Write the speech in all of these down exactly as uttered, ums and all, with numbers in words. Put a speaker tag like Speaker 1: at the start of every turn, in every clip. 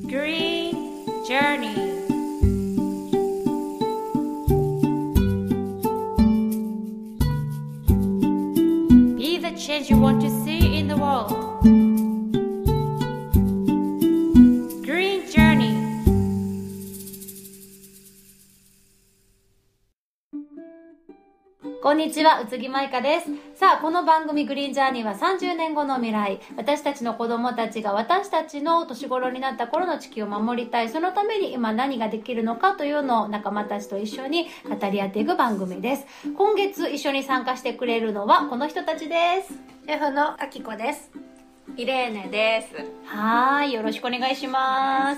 Speaker 1: Green Journey. Be the change you want to see in the world. Green Journey. こんにちは、宇津木舞香です。さあ、この番組グリーンジャーニーはさんじゅうねんごの未来、私たちの子供たちが私たちの年頃になった頃の地球を守りたい、そのために今何ができるのかというのを仲間たちと一緒に語り合っていく番組です。今月一緒に参加してくれるのはこの人たちです。
Speaker 2: シェフのあきこです。イレーネです。
Speaker 1: はい、よろしくお願いします。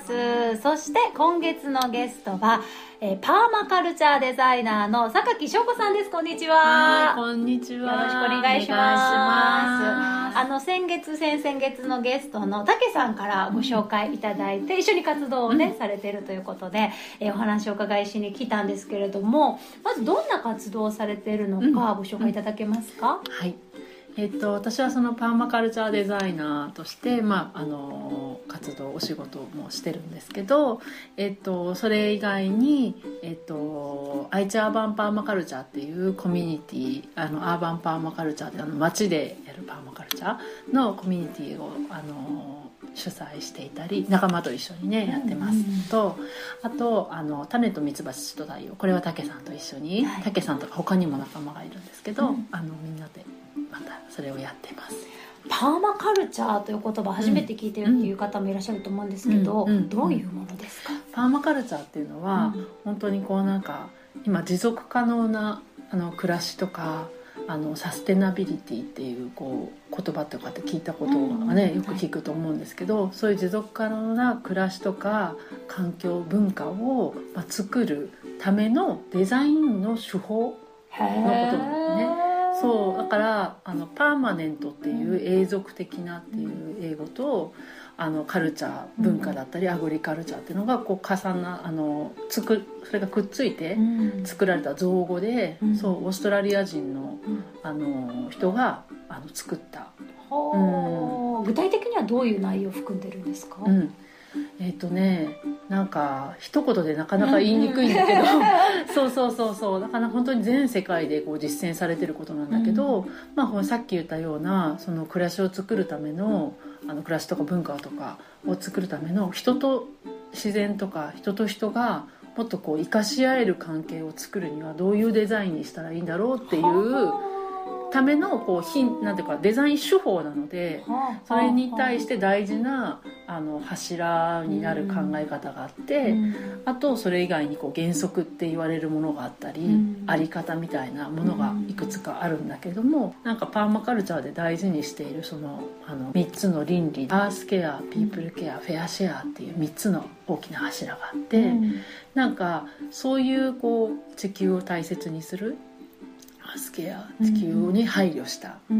Speaker 1: そして今月のゲストは、えー、パーマカルチャーデザイナーの榊翔子さんです。こんにちは。
Speaker 3: はい、こんにちは。
Speaker 1: よろしくお願いします。あの先月先々月のゲストのたけさんからご紹介いただいて、うん、一緒に活動をね、うん、されているということで、えー、お話をお伺いしに来たんですけれども、まずどんな活動をされているのかご紹介いただけますか？
Speaker 3: うんうん、はい。えっと、私はそのパーマカルチャーデザイナーとして、まあ、あの活動お仕事もしてるんですけど、えっと、それ以外に、えっと、愛知アーバンパーマカルチャーっていうコミュニティ、あのアーバンパーマカルチャーってあの街でやるパーマカルチャーのコミュニティをあの主催していたり、仲間と一緒にねやってますと、あとあの種とミツバチと太陽、これはたけさんと一緒に、たけさんとか他にも仲間がいるんですけど、うん、あのみんなでまたそれをやってます。
Speaker 1: パーマカルチャーという言葉初めて聞いてるっていう方もいらっしゃると思うんですけど、うんうんうん、どういうものですか？
Speaker 3: パーマカルチャーっていうのは、うん、本当にこうなんか今持続可能なあの暮らしとか、あのサステナビリティっていうこう言葉とかって聞いたことがね、うん、よく聞くと思うんですけど、はい、そういう持続可能な暮らしとか環境文化を、まあ、作るためのデザインの手法のことなんですね。そうだからあのパーマネントっていう永続的なっていう英語と、あのカルチャー文化だったりアグリカルチャーっていうのがこう重なあのつくそれがくっついて作られた造語で、うん、そうオーストラリア人の、うん、あの人があの作った、
Speaker 1: うん、具体的にはどういう内容を含んでるんですか？
Speaker 3: うんえっとねなんか一言でなかなか言いにくいんだけどそうそうそうそうだから本当に全世界でこう実践されてることなんだけど、うんまあ、さっき言ったようなその暮らしを作るための、あの暮らしとか文化とかを作るための人と自然とか人と人がもっとこう生かし合える関係を作るにはどういうデザインにしたらいいんだろうっていうためのこうひなんていうかデザイン手法なので、それに対して大事なあの柱になる考え方があって、あとそれ以外にこう原則って言われるものがあったり、あり方みたいなものがいくつかあるんだけども、なんかパーマカルチャーで大事にしているそのあのみっつの倫理、アースケア、ピープルケア、フェアシェアっていうみっつの大きな柱があって、なんかそういうこう地球を大切にするアスケア地球に配慮した、うんうん、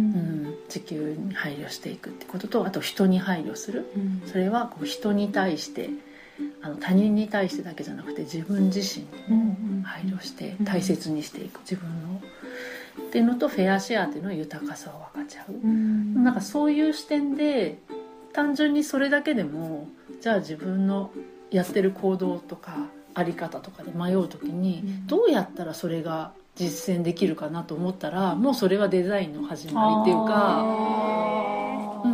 Speaker 3: 地球に配慮していくってことと、あと人に配慮する、うん、それはこう人に対してあの他人に対してだけじゃなくて自分自身にも配慮して大切にしていく自分のっていうのと、フェアシェアっていうのは豊かさを分かち合う、うん、なんかそういう視点で単純にそれだけでもじゃあ自分のやってる行動とかあり方とかで迷う時にどうやったらそれが実践できるかなと思ったら、もうそれはデザインの始まりっていうか、うん、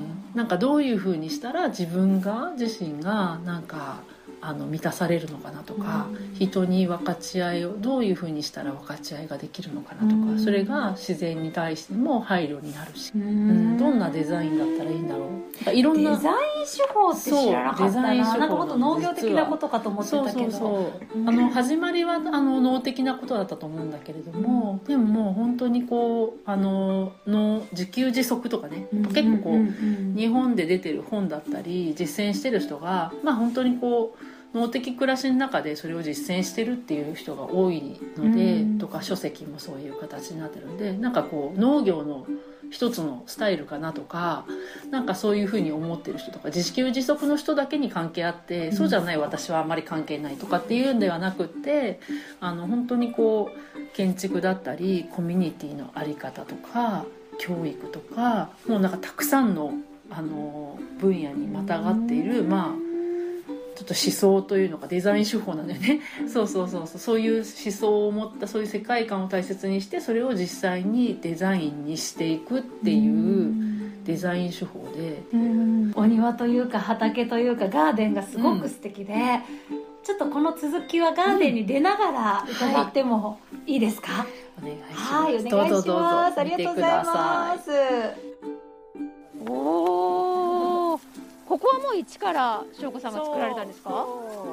Speaker 3: なんかどういう風にしたら自分が自身がなんかあの満たされるのかなとか、うん、人に分かち合いをどういう風にしたら分かち合いができるのかなとか、うん、それが自然に対しても配慮になるし、うん、どんなデザインだったらいいんだろう、いろんな
Speaker 1: デザイン手法って知らなかったな。なんかもっと農業的なことかと思ってたけど、
Speaker 3: そうそうそう、あの始まりはあの農的なことだったと思うんだけれども、うん、でももう本当にこうあのの自給自足とかね、うん、結構こう、うん、日本で出てる本だったり実践してる人が、まあ本当にこう農的暮らしの中でそれを実践してるっていう人が多いので、うん、とか書籍もそういう形になってるんで、なんかこう農業の一つのスタイルかなとか、なんかそういうふうに思ってる人とか、自給自足の人だけに関係あって、うん、そうじゃない私はあんまり関係ないとかっていうんではなくって、あの本当にこう建築だったりコミュニティの在り方とか教育とか、もうなんかたくさんのあの分野にまたがっている、まあちょっと思想というのかデザイン手法なんだよねそうそうそうそうそういう思想を持ったそういう世界観を大切にしてそれを実際にデザインにしていくっていうデザイン手法で、
Speaker 1: うんお庭というか畑というかガーデンがすごく素敵で、うん、ちょっとこの続きはガーデンに出ながら伺ってもいいですか？
Speaker 3: お願いします。
Speaker 1: はい、お願いします。どうぞどうぞありがとうございます。おお、ここはもう一から翔子さんが作られたんですか？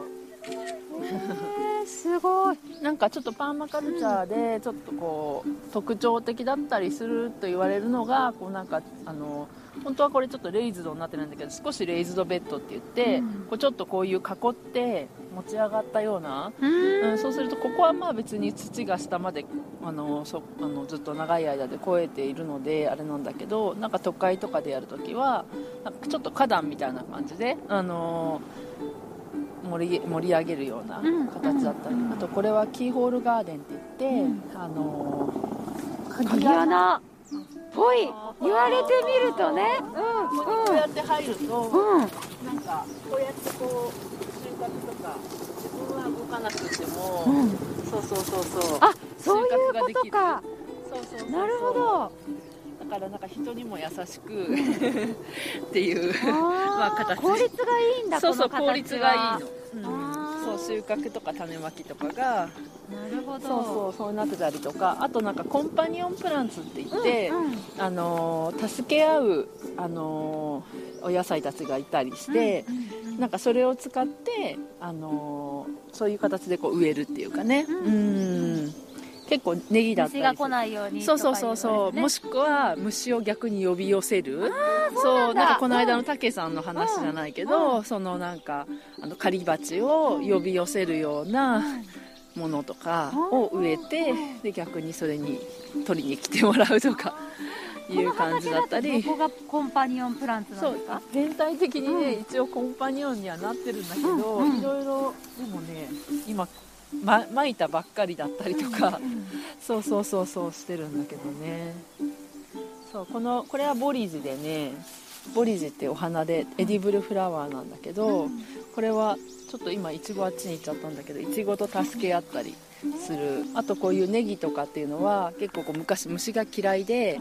Speaker 1: えー、すごい。
Speaker 3: なんかちょっとパーマカルチャーでちょっとこう特徴的だったりすると言われるのがこうなんかあの本当はこれちょっとレイズドになってるんだけど少しレイズドベッドって言って、うん、こうちょっとこういう囲って持ち上がったような、うん、そうするとここはまあ別に土が下まであのそあのずっと長い間で越えているのであれなんだけどなんか都会とかでやるときはなんかちょっと花壇みたいな感じであの盛り、盛り上げるような形だったり、うんうん、あとこれはキーホールガーデンって言って、うん、あの
Speaker 1: 鍵穴ぽい言われてみるとね、
Speaker 3: うん、ここにこうやって入ると、うん、なんかこうやってこう収穫とか自分は動かなくても、うん、そうそうそうそう
Speaker 1: あそういうことか
Speaker 3: そうそうそうそう
Speaker 1: なるほど
Speaker 3: だからなんか人にも優しくっていうまあ形
Speaker 1: 効率がいいんだ
Speaker 3: そうそう
Speaker 1: この形は
Speaker 3: 効率がいいの、うん、そう収穫とか種まきとかが
Speaker 1: なるほど
Speaker 3: そうそうそうなってたりとかあとなんかコンパニオンプランツって言って、うんうん、あの助け合うあのお野菜たちがいたりして、うんうんうん、なんかそれを使ってあのそういう形でこう植えるっていうかね、うん、うん結構ネギだったり
Speaker 1: 虫が来ないように
Speaker 3: そうそうそうそう、ね、もしくは虫を逆に呼び寄せるそうなんかこの間のたけさんの話じゃないけど、うんうん、そのなんかあの狩り蜂を呼び寄せるようなものとかを植えてで逆にそれに取りに来てもらうとかいう感じだったり
Speaker 1: ここがコンパニオンプランツなんですか？
Speaker 3: そう全体的にね、うん、一応コンパニオンにはなってるんだけど、うんうん、いろいろでもね今ま、まいたばっかりだったりとか、うんうん、そうそうそうそうしてるんだけどねそうこのこれはボリジでねボリジってお花でエディブルフラワーなんだけど、うん、これはちょっと今イチゴあっちに行っちゃったんだけどイチゴと助け合ったりするあとこういうネギとかっていうのは結構こう昔虫が嫌いで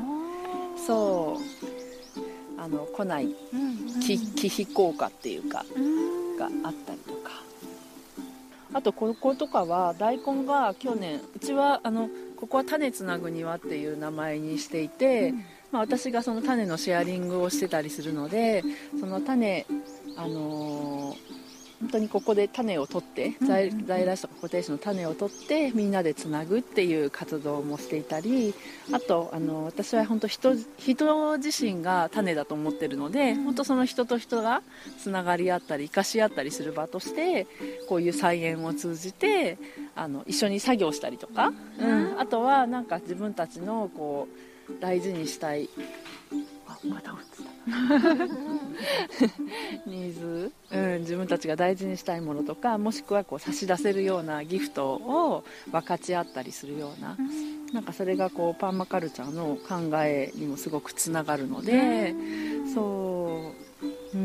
Speaker 3: そうあの来ない忌避効果っていうかがあったりとかあとこことかは大根が去年うちはあのここは種つなぐ庭っていう名前にしていて、うんまあ、私がその種のシェアリングをしてたりするのでその種あのー本当にここで種を取って在来種とか固定種の種を取ってみんなでつなぐっていう活動もしていたりあとあの私は本当 人, 人自身が種だと思ってるので本当その人と人がつながり合ったり生かし合ったりする場としてこういう菜園を通じてあの一緒に作業したりとか、うん、あとはなんか自分たちのこう大事にしたいあまた落ちたニーズ、うん、自分たちが大事にしたいものとかもしくはこう差し出せるようなギフトを分かち合ったりするような、うん、なんかそれがこうパーマカルチャーの考えにもすごくつながるので、うん、そう、うん、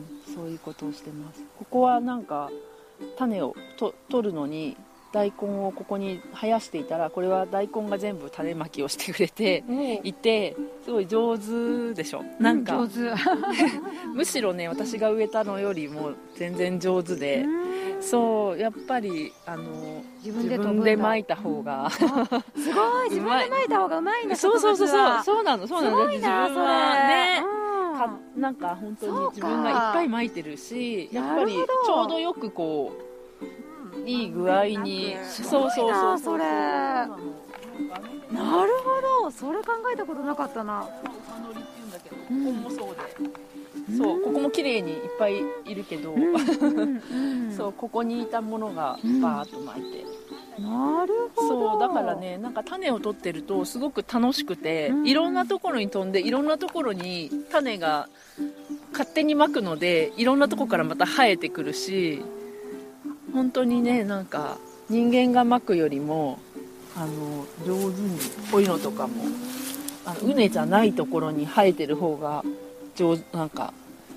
Speaker 3: そういうことをしてます。ここはなんか種をと取るのに大根をここに生やしていたらこれは大根が全部種まきをしてくれていてすごい上手でしょなんか、
Speaker 1: うん、上手
Speaker 3: むしろね私が植えたのよりも全然上手でそうやっぱりあの自分で自分でまいた方が
Speaker 1: すごい自分でまいた方がうまいんだ
Speaker 3: そうそうそうそうそうなのそうなの
Speaker 1: すごいな
Speaker 3: 自分はね、うん、かなんか本当に自分がいっぱいまいてるしやっぱりちょうどよくこういい具合に
Speaker 1: そうそうそうそうそれなるほどそれ考えたことなかったな
Speaker 3: うさのりって言うんだけどここもそうで、うん、そうここも綺麗にいっぱいいるけど、うんうんうん、そうここにいたものがバーッと巻いて、
Speaker 1: うん、なるほど
Speaker 3: そうだからねなんか種を取ってるとすごく楽しくて、うん、いろんなところに飛んでいろんなところに種が勝手にまくのでいろんなところからまた生えてくるし本当にねなんか人間がまくよりもあの上手にこういうのとかもあの畝じゃないところに生えてる方が上手なんか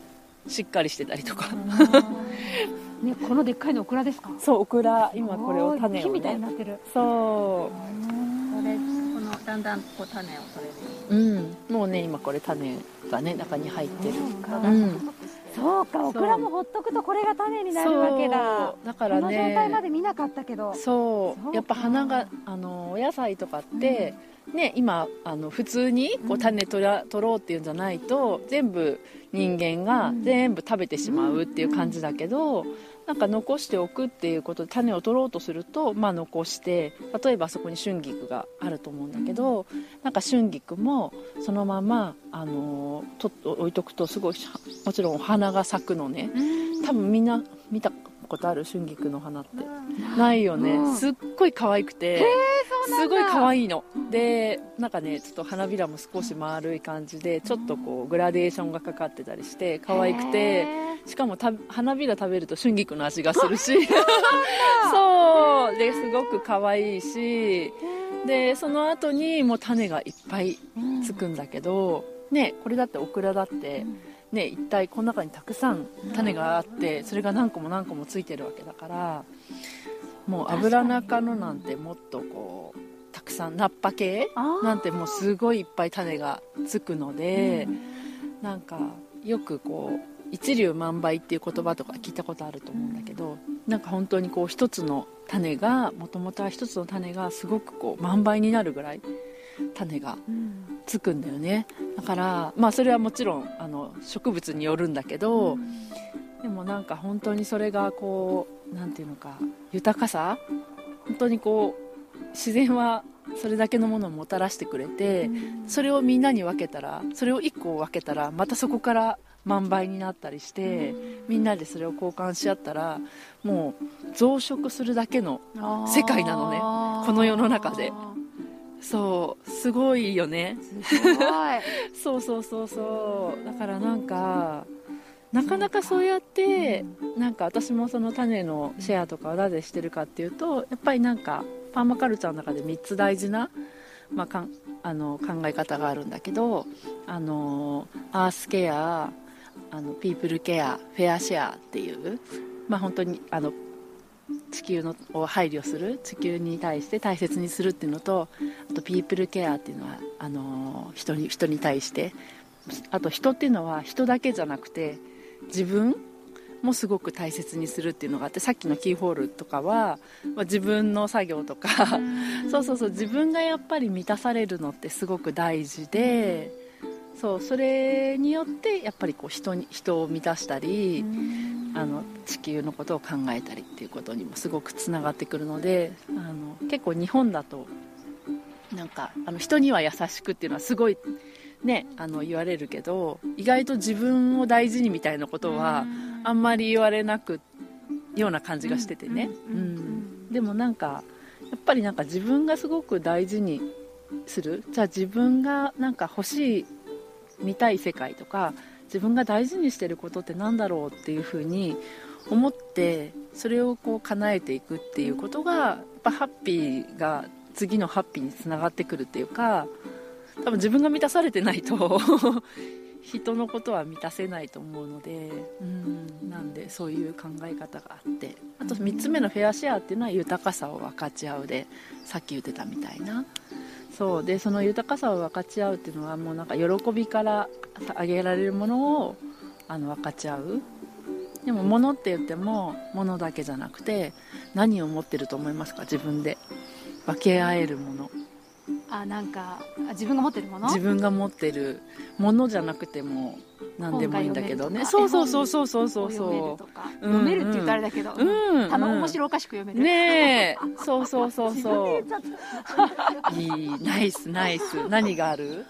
Speaker 3: しっかりしてたりとか
Speaker 1: ね、このでっかいのオクラですか？
Speaker 3: そう、オクラ、今これを種を、ね、
Speaker 1: 木みたいになってる。
Speaker 3: そう
Speaker 2: これこのだんだんこう種を取れ
Speaker 3: う
Speaker 2: る。
Speaker 3: ん、もうね今これ種がね中に入ってる。
Speaker 1: う
Speaker 3: うんん、
Speaker 1: そうか、オクラもほっとくとこれが種になるわけだ。
Speaker 3: そうだからね、
Speaker 1: この状態まで見なかったけど。
Speaker 3: そう
Speaker 1: そうか
Speaker 3: やっぱ花があのお野菜とかって、うん、ね今あの普通にこう種取ら取ろうっていうんじゃないと全部人間が全部食べてしまうっていう感じだけど、なんか残しておくっていうことで種を取ろうとすると、まあ、残して例えばそこに春菊があると思うんだけど、なんか春菊もそのままあのと置いとくとすごいもちろんお花が咲くのね。多分みんな見たことある春菊の花ってないよね、うん、すっごい可愛くてすごい可愛いので、なんかねちょっと花びらも少し丸い感じでちょっとこうグラデーションがかかってたりして可愛くて、しかもた花びら食べると春菊の味がするしそうですごく可愛いし、でその後にもう種がいっぱいつくんだけど、ねこれだってオクラだってね、一体この中にたくさん種があってそれが何個も何個もついてるわけだから、もうアブラナ科のなんてもっとこうたくさんナッパ系なんてもうすごいいっぱい種がつくので、なんかよくこう一粒万倍っていう言葉とか聞いたことあると思うんだけど、なんか本当にこう一つの種がもともとは一つの種がすごくこう万倍になるぐらい種がつくんだよね。だからまあそれはもちろんあの植物によるんだけど、うん、でもなんか本当にそれがこうなんていうのか豊かさ、本当にこう自然はそれだけのものをもたらしてくれて、うん、それをみんなに分けたら、それをいっこ分けたらまたそこから万倍になったりして、うん、みんなでそれを交換し合ったらもう増殖するだけの世界なのね、この世の中で。そうすごいよね。
Speaker 1: すごい
Speaker 3: そうそうそうそう、だからなんかなかなかそうやって、うん、なんか私もその種のシェアとかをなぜしてるかっていうと、やっぱりなんかパーマカルチャーの中でみっつ大事な、まあ、かんあの考え方があるんだけど、あのアースケア、あのピープルケア、フェアシェアっていう、まあ、本当にあの地球のを配慮する、地球に対して大切にするっていうのと、あとピープルケアっていうのはあの人に人に対して、あと人っていうのは人だけじゃなくて自分もすごく大切にするっていうのがあって、さっきのキーホールとかは、まあ、自分の作業とかそうそうそう、自分がやっぱり満たされるのってすごく大事で、そうそれによってやっぱりこう 人に人を満たしたり、あの地球のことを考えたりっていうことにもすごくつながってくるので、あの結構日本だとなんかあの人には優しくっていうのはすごいね、あの言われるけど、意外と自分を大事にみたいなことはあんまり言われなくような感じがしててね、うんうん、でもなんかやっぱりなんか自分がすごく大事にする、じゃあ自分がなんか欲しい見たい世界とか自分が大事にしてることってなんだろうっていうふうに思って、それをこう叶えていくっていうことがやっぱハッピーが次のハッピーにつながってくるっていうか、多分自分が満たされてないと人のことは満たせないと思うので、うん、なんでそういう考え方があって、あとみっつめのフェアシェアっていうのは豊かさを分かち合うで、さっき言ってたみたいな、そうでその豊かさを分かち合うっていうのはもうなんか喜びからあげられるものをあの分かち合う。でも物って言っても物だけじゃなくて、何を持ってると思いますか？自分で分け合えるもの。
Speaker 1: あ、なんか自分が持ってるもの、
Speaker 3: 自分が持ってるものじゃなくても何でもいいんだけどね。そうそうそうそうそうそう
Speaker 1: 読めるとか、うんうん、読めるって言うとあれだけど、
Speaker 3: うんうん、
Speaker 1: たの面白おかしく読める
Speaker 3: ねえそうそうそうそういい、ナイスナイス。何がある？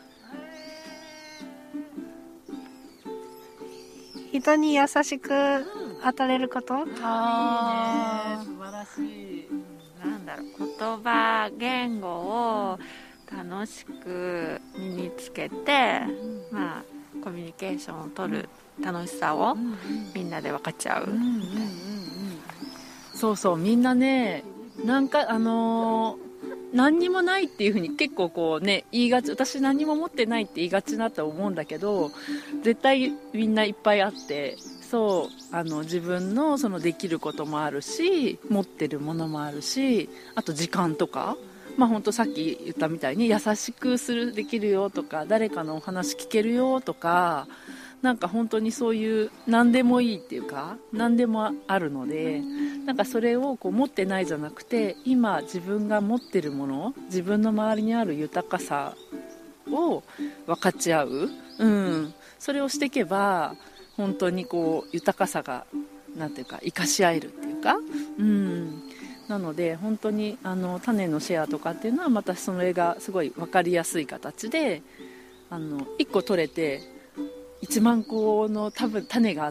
Speaker 2: 人に優しく当たれること、うん、
Speaker 3: あいいね、素晴らしい。
Speaker 2: なんだろう、言葉言語を楽しく身につけて、うん、まあコミュニケーションを取る楽しさをみんなで分かっちゃう、うんうんうんうん、
Speaker 3: そうそう、みんなね、なんかあのー何にもないっていうふうに結構こうね言いがち、私何にも持ってないって言いがちだと思うんだけど、絶対みんないっぱいあって、そうあの自分のそのできることもあるし、持ってるものもあるし、あと時間とか、まあ本当さっき言ったみたいに優しくするできるよとか、誰かのお話聞けるよとか、なんか本当にそういう何でもいいっていうか何でもあるので、なんかそれをこう持ってないじゃなくて、今自分が持ってるもの、自分の周りにある豊かさを分かち合う、うん、それをしていけば本当にこう豊かさがなんていうか生かし合えるっていうか、うん、なので本当にあの種のシェアとかっていうのはまたそれがすごい分かりやすい形で、あのいっこ取れていちまんこの多分種があって、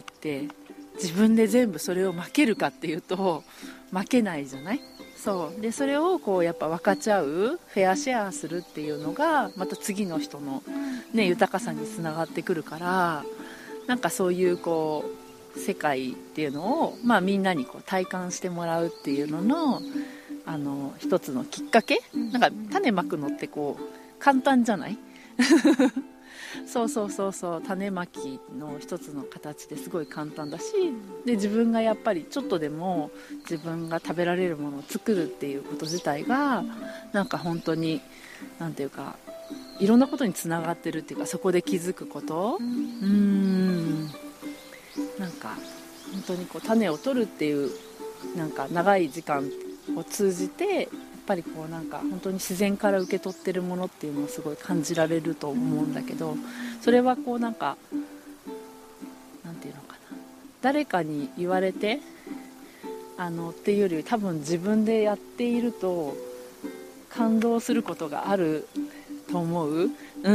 Speaker 3: 自分で全部それを分けるかっていうと負けないじゃない。そうでそれをこうやっぱ分かち合う、フェアシェアするっていうのがまた次の人の、ね、豊かさにつながってくるから、なんかそういうこう世界っていうのを、まあ、みんなにこう体感してもらうっていうのの、あの一つのきっかけ、なんか種まくのってこう簡単じゃないそうそうそうそう、種まきの一つの形ですごい簡単だし、で自分がやっぱりちょっとでも自分が食べられるものを作るっていうこと自体がなんか本当になんていうかいろんなことにつながってるっていうか、そこで気づくこと、うーん、なんか本当にこう種を取るっていうなんか長い時間を通じてやっぱりこうなんか本当に自然から受け取ってるものっていうのをすごい感じられると思うんだけど、それはこうなんかなんていうのかな、誰かに言われてあのっていうより多分自分でやっていると感動することがあると思う、うん、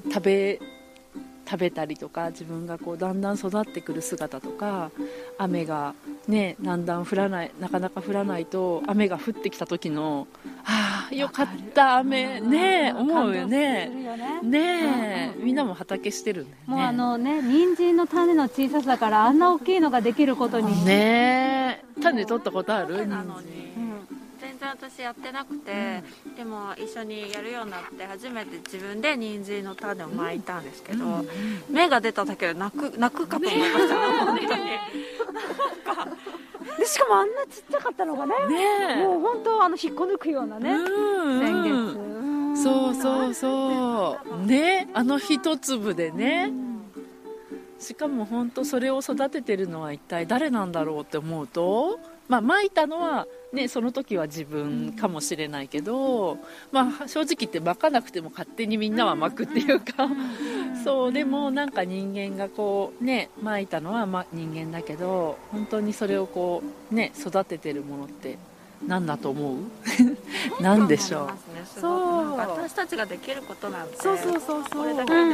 Speaker 3: 食べ食べたりとか、自分がこうだんだん育ってくる姿とか、雨がねだんだん降らない、なかなか降らないと雨が降ってきた時のああよかった雨ね、思うよね。ねえ、みんなも畑してるんだよね。
Speaker 1: もうあのね、人参の種の小ささからあんな大きいのができることに
Speaker 3: ねえ、種取ったことある？
Speaker 2: なのに全然私やってなくて、うん、でも一緒にやるようになって初めて自分で人参の種をまいたんですけど、うん、芽が出ただけで泣く泣くかと思いましたね、本当に。
Speaker 1: でしかもあんなちっちゃかったのがね、ねもう本当あの引っこ抜くようなね、うん先月、うん、
Speaker 3: そうそうそうね、あの一粒でね、うん、しかも本当それを育ててるのは一体誰なんだろうって思うと、まあまいたのはね、その時は自分かもしれないけど、まあ、正直言ってまかなくても勝手にみんなはまくっていうか、そうでもなんか人間がこうねまいたのはま人間だけど、本当にそれをこうね育ててるものって何だと思う？何でしょう。
Speaker 2: そう私たちができることなんて、
Speaker 3: そうそうそうそう、
Speaker 2: これだけで、うん、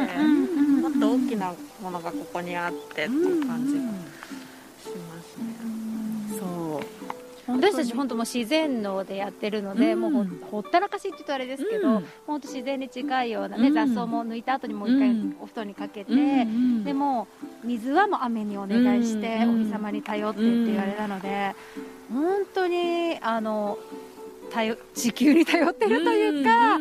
Speaker 2: もっと大きなものがここにあってっていう感じがしますね。
Speaker 3: そう
Speaker 1: 私たち本当もう自然農でやってるので、うん、もう ほ, ほったらかしって言うとあれですけど、うん、本当自然に近いような、ねうん、雑草も抜いた後にもう一回お布団にかけて、うん、でも水はもう雨にお願いして、うん、お日様に頼ってって言われたので、うん、本当にあの頼地球に頼ってるというか、うん、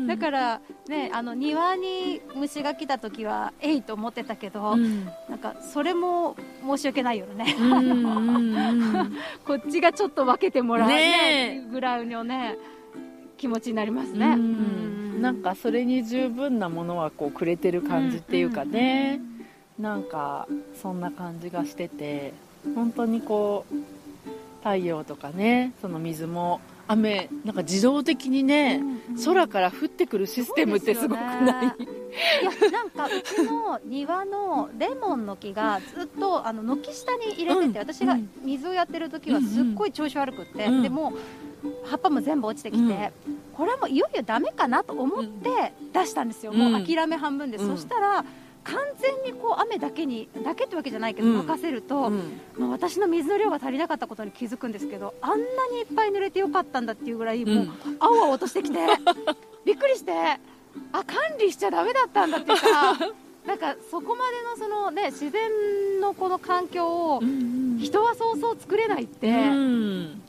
Speaker 1: だからね、あの庭に虫が来た時はえいと思ってたけど、うん、なんかそれも申し訳ないよね、うん、こっちがちょっと分けてもらうねぐらいのね気持ちになりますね、うん
Speaker 3: うん、なんかそれに十分なものはこうくれてる感じっていうかね、うん、なんかそんな感じがしてて、本当にこう太陽とかね、その水も雨なんか自動的にね、うんうん、空から降ってくるシステムってすごくない？
Speaker 1: いやなんかうちの庭のレモンの木がずっとあの軒下に入れてて、うん、私が水をやってる時はすっごい調子悪くって、うんうん、でも葉っぱも全部落ちてきて、うん、これはもういよいよダメかなと思って出したんですよ、うん、もう諦め半分で、うん、そしたら完全にこう雨だけにだけってわけじゃないけど任せると、うんまあ、私の水の量が足りなかったことに気づくんですけど、あんなにいっぱい濡れてよかったんだっていうぐらいもう青々としてきてびっくりして、あ管理しちゃダメだったんだっていうかなんかそこまでのその、ね、自然のこの環境を人はそうそう作れないって、うん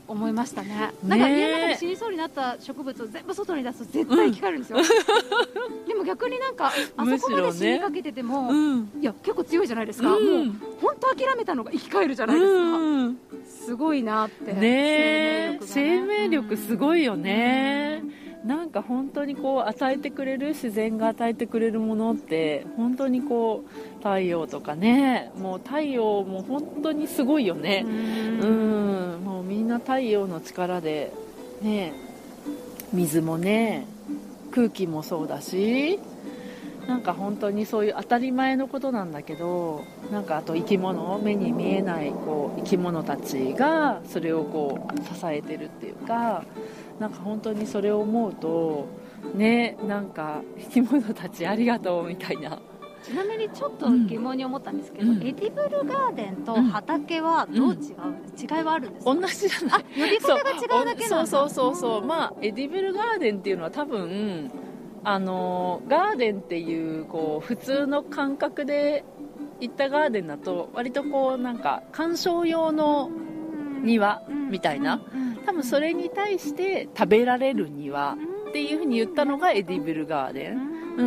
Speaker 1: 思いましたね。なんか家の中で死にそうになった植物を全部外に出すと絶対生き返るんですよ、うん、でも逆になんかあそこまで死にかけてても、ね、うん、いや結構強いじゃないですか、うん、もう本当諦めたのが生き返るじゃないですか、うん、すごいなって
Speaker 3: ね。生命力すごいよね、うん、なんか本当にこう与えてくれる、自然が与えてくれるものって本当にこう太陽とかね、もう太陽も本当にすごいよね。うん、うん、もうみんな太陽の力でね、水もね、空気もそうだし、なんか本当にそういう当たり前のことなんだけど、なんかあと生き物、目に見えないこう生き物たちがそれをこう支えてるっていうか、なんか本当にそれを思うとね、なんか生き物たちありがとうみたいな。
Speaker 1: ちなみにちょっと疑問に思ったんですけど、うん、エディブルガーデンと畑はどう違うんですか、うん、違いはあるんですか？
Speaker 3: 同じじゃない。
Speaker 1: あ、呼び方が違うだけなんだ。
Speaker 3: そうそうそうそう、まあエディブルガーデンっていうのは多分あのガーデンっていうこう普通の感覚で行ったガーデンだと割とこうなんか観賞用の庭みたいな、多分それに対して食べられる庭っていう風に言ったのがエディブルガーデン、うん、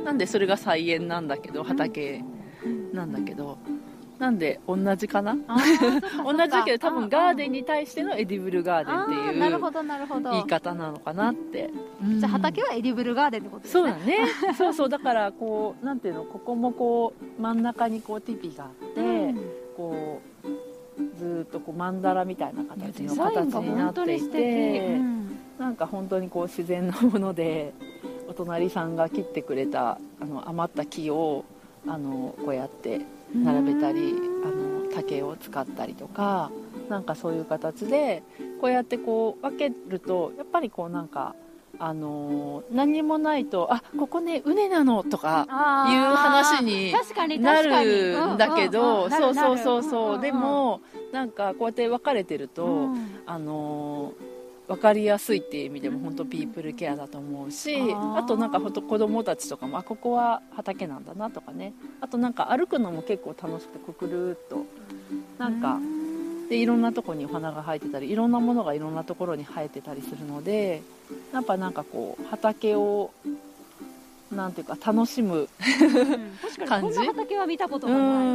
Speaker 3: なんでそれが菜園なんだけど、畑なんだけど、なんで同じかな同じだけど多分ガーデンに対してのエディブルガーデンっていう言い方なのかなって。
Speaker 1: じゃあ畑はエディブルガーデンってことですね。
Speaker 3: そうだねそうそう、だからこうなんていうの、ここもこう真ん中にこうティピがあって、うん、こうずっとこうマンダラみたいな形の形になっていて、うん、なんか本当にこう自然のもので、お隣さんが切ってくれたあの余った木をあのこうやって並べたり、あの竹を使ったりとか、なんかそういう形でこうやってこう分けると、やっぱりこうなんかあのー、何にもないと、あ、ここね畝なのとかいう話になるんだけど、そうそうそうそう、でもなんかこうやって分かれてると、うん、あのー分かりやすいっていう意味でも本当ピープルケアだと思うし、あとなんか本当子供たちとかも、あ、ここは畑なんだなとかね、あとなんか歩くのも結構楽しくて、くくるっとなんかでいろんなとこにお花が生えてたり、いろんなものがいろんなところに生えてたりするので、やっぱなんかこう畑をなんていうか楽しむ、うん、
Speaker 1: 確かにこんな畑は見たことがない、うん、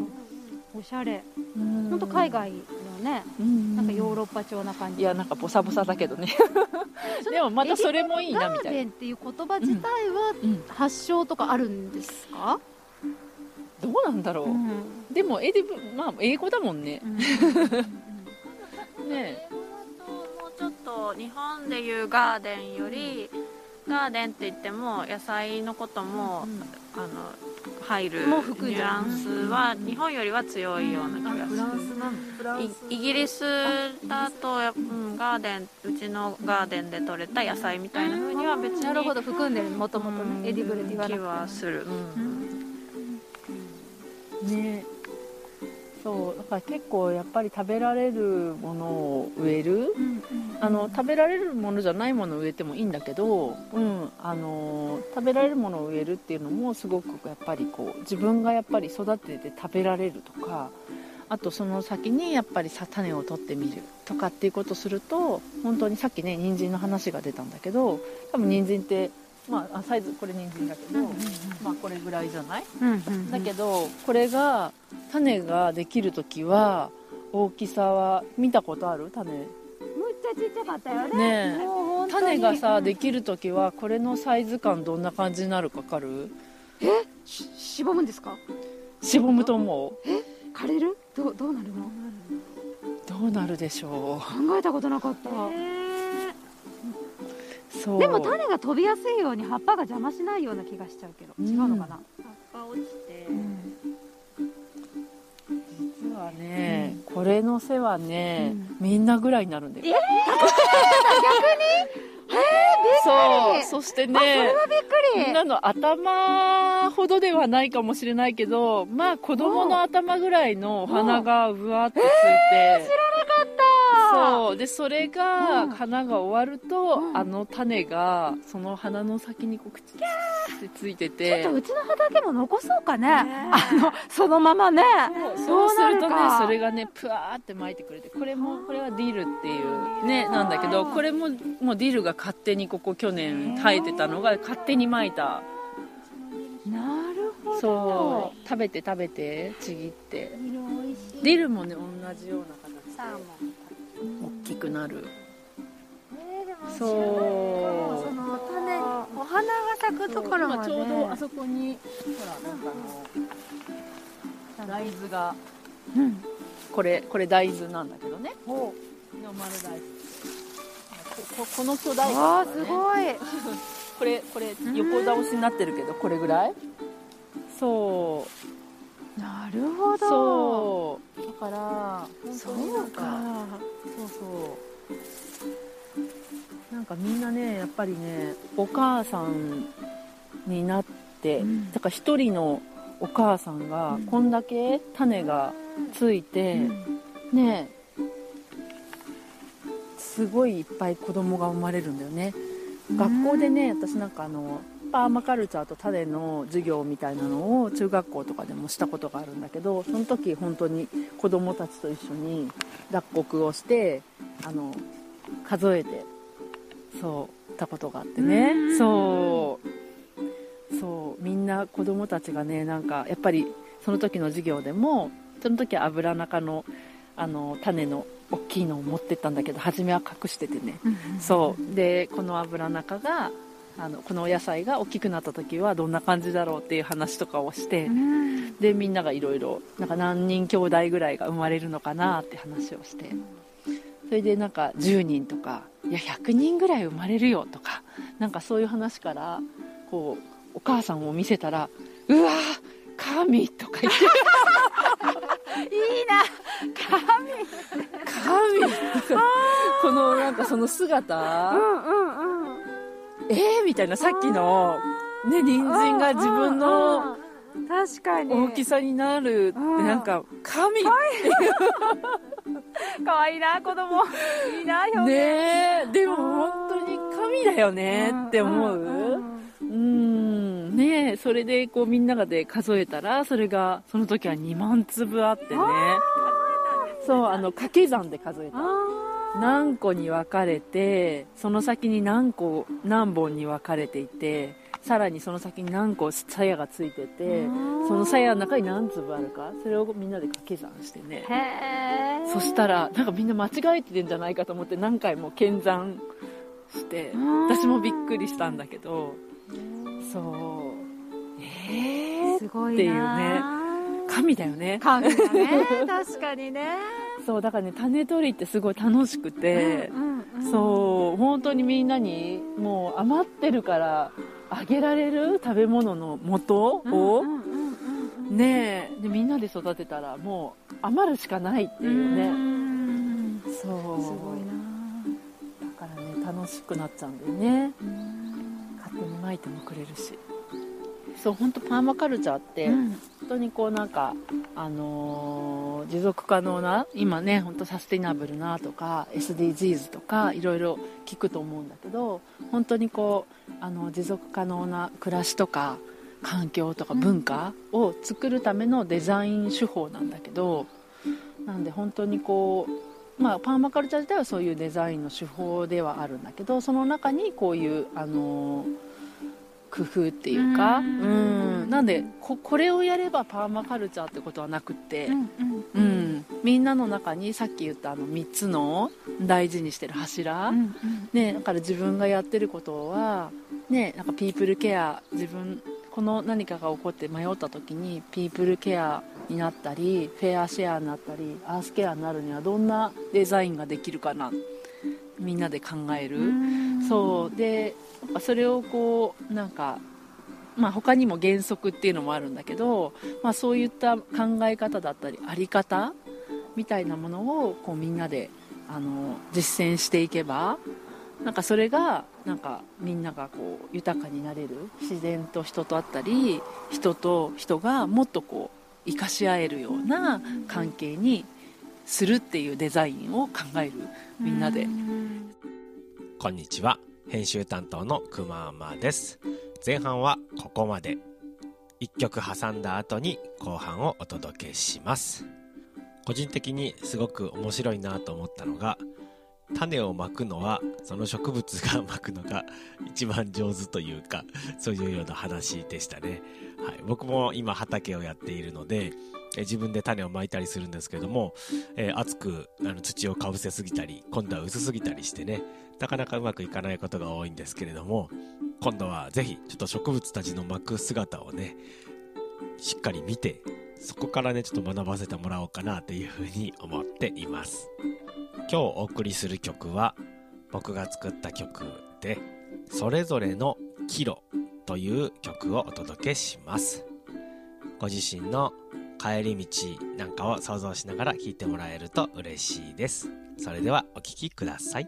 Speaker 1: おしゃれ、本当海外のね、うん、なんかヨーロッパ調な感じ。
Speaker 3: いや、なんかボサボサだけどねでもまたそれもいいなみたいな。
Speaker 1: ガーデンっていう言葉自体は発祥とかあるんですか？
Speaker 3: どうなんだろう、うん、でもエディブ、まあ英語だもんね、うん、ね
Speaker 2: え、もうちょっと日本でいうガーデンより、ガーデンって言っても野菜のことも、うん、あの入るニュアンスは日本よりは強いような気がする。イギリスだと、うん、ガーデン、うちのガーデンで採れた野菜みたいな風には別に、
Speaker 1: なるほど、含んでる、もともとね、エディブルって言わなくて
Speaker 2: 気はする、うん
Speaker 3: ね、そうだから結構やっぱり食べられるものを植える、うんうん、あの食べられるものじゃないものを植えてもいいんだけど、うん、あの食べられるものを植えるっていうのもすごくやっぱりこう自分がやっぱり育てて食べられるとか、あとその先にやっぱりさ種を取ってみるとかっていうことをすると、本当にさっきね人参の話が出たんだけど、多分人参ってまあ、サイズこれ人参だけど、うんうんうん、まあこれぐらいじゃない、うんうんうん、だけどこれが種ができるときは大きさは見たことある？種むっ
Speaker 1: ちゃちっちゃかったよね。
Speaker 3: ねえ、種がさできるときはこれのサイズ感どんな感じになるか分かる？
Speaker 1: え、し、しぼむんですか？
Speaker 3: しぼむと思う。
Speaker 1: え、枯れる？どう、どうなるの？
Speaker 3: どうなるでしょ
Speaker 1: う。考えたことなかった。そうでも種が飛びやすいように葉っぱが邪魔しないような気がしちゃうけど、うん、違うのかな。
Speaker 2: 葉っぱ落ちて、うん、
Speaker 3: 実はね、うん、これの背はね、うん、みんなぐらいになるんだよ。
Speaker 1: えー、逆にえー、びっくり。
Speaker 3: そう、そしてね、
Speaker 1: それはびっくり。
Speaker 3: みんなの頭ほどではないかもしれないけど、まあ子供の頭ぐらいのお花がうわーってついて、
Speaker 1: えー、知らなかった。
Speaker 3: そうでそれが、
Speaker 1: うん
Speaker 3: 花が終わると、
Speaker 1: うん
Speaker 3: あの種がその花の先にこう口ってついて
Speaker 1: ちょ
Speaker 3: て、
Speaker 1: っとうちの畑も残そうかね、
Speaker 2: ね
Speaker 1: あのそのままね。
Speaker 3: そう
Speaker 1: どう
Speaker 3: するとね
Speaker 1: なるか
Speaker 3: それがねプワーって巻いてくれて、これもこれはディルっていうねなんだけど、これももうディルが勝手にここ去年生えてたのが勝手に巻いた。
Speaker 1: なるほど。
Speaker 3: そう食べて食べてちぎって、
Speaker 1: 色美味しい。
Speaker 3: ディルもね同じような形
Speaker 2: サーモン
Speaker 3: で大きくなる。
Speaker 1: えーでも
Speaker 3: そう
Speaker 1: その種お花が咲くところまで。
Speaker 3: 今ちょうどあそこにほらなんかあの大豆が、
Speaker 1: うん。
Speaker 3: これこれ大豆なんだけどね、
Speaker 1: お。
Speaker 3: 日の丸大豆、こここの巨大
Speaker 1: わあ
Speaker 3: 感がね
Speaker 1: すごい。
Speaker 3: これこれ横倒しになってるけどこれぐらい。そう
Speaker 1: なるほど。
Speaker 3: そうだから
Speaker 1: そうか。
Speaker 3: そうそうなんかみんなねやっぱりねお母さんになって、
Speaker 1: うん
Speaker 3: だから一人のお母さんがこんだけ種がついて、ねすごいいっぱい子供が生まれるんだよね。学校でね私なんかあのパーマカルチャーと種の授業みたいなのを中学校とかでもしたことがあるんだけど、その時本当に子供たちと一緒に脱穀をしてあの数えてそうたことがあってね、そうそうみんな子供たちがねなんかやっぱりその時の授業でもその時は油中のあの種の大きいのを持ってったんだけど初めは隠しててね、そうでこの油中があのこのお野菜が大きくなった時はどんな感じだろうっていう話とかをして、でみんながいろいろなんか何人兄弟ぐらいが生まれるのかなって話をして、それでなんかじゅうにんとかいやひゃくにんぐらい生まれるよとかなんかそういう話からこうお母さんを見せたらうわー神とか言って
Speaker 1: いいな。神。
Speaker 3: 神とかこのなんかその姿、
Speaker 1: うんうんうん。
Speaker 3: えー、みたいなさっきのね人参が自分の
Speaker 1: 確かに
Speaker 3: 大きさになるってなんか神って
Speaker 1: 可愛いな子供。いいな表現。
Speaker 3: ねえでも本当に神だよねって思う。うんねえそれでこうみんながで数えたらそれがその時はにまんつぶあってね、そうあの掛け算で数えた。何個に分かれてその先に何個何本に分かれていてさらにその先に何個鞘がついててその鞘の中に何粒あるかそれをみんなで掛け算してね、
Speaker 1: へー。
Speaker 3: そしたらなんかみんな間違えてるんじゃないかと思って何回も検算して私もびっくりしたんだけど、そうえー
Speaker 1: すごいな。
Speaker 3: っていうね神だよね。
Speaker 1: 神だね。確かにね。
Speaker 3: そうだからね種取りってすごい楽しくて、
Speaker 1: うんうん、
Speaker 3: そう本当にみんなにもう余ってるからあげられる食べ物の元を、
Speaker 1: うんうんうんうん、
Speaker 3: ねえでみんなで育てたらもう余るしかないっていうね。
Speaker 1: うん
Speaker 3: そう
Speaker 1: すごいな。
Speaker 3: だからね楽しくなっちゃうんだよね。勝手にまいてもくれるし。そう本当パーマカルチャーって、うん、本当にこうなんかあのー、持続可能な今ね本当サスティナブルなとか エスディージーズ とかいろいろ聞くと思うんだけど本当にこうあの持続可能な暮らしとか環境とか文化を作るためのデザイン手法なんだけど、なんで本当にこうまあパーマカルチャー自体はそういうデザインの手法ではあるんだけどその中にこういうあのー工夫っていうか、うん、なんで こ, これをやればパーマカルチャーってことはなくって、うんうんうん、みんなの中にさっき言ったあのみっつの大事にしてる柱、うんうんね、だから自分がやってることは、ね、なんかピープルケア自分この何かが起こって迷った時にピープルケアになったりフェアシェアになったりアースケアになるにはどんなデザインができるかなみんなで考える。そうでそれをこうなんか、まあ、他にも原則っていうのもあるんだけど、まあ、そういった考え方だったりあり方みたいなものをこうみんなであの実践していけばなんかそれがなんかみんながこう豊かになれる自然と人と会ったり人と人がもっとこう生かし合えるような関係にするっていうデザインを考える、みんなで。
Speaker 4: こんにちは、編集担当のくままです。前半はここまで。いっきょく挟んだ後に後半をお届けします。個人的にすごく面白いなと思ったのが、種をまくのはその植物がまくのが一番上手というか、そういうような話でしたね。はい、僕も今畑をやっているので、え自分で種をまいたりするんですけども、えー、厚くあの土をかぶせすぎたり、今度は薄すぎたりしてね、なかなかうまくいかないことが多いんですけれども、今度はぜひちょっと植物たちのまく姿をね、しっかり見て、そこからねちょっと学ばせてもらおうかなというふうに思っています。今日お送りする曲は僕が作った曲で、それぞれのキロという曲をお届けします。ご自身の帰り道なんかを想像しながら聴いてもらえると嬉しいです。それではお聴きください。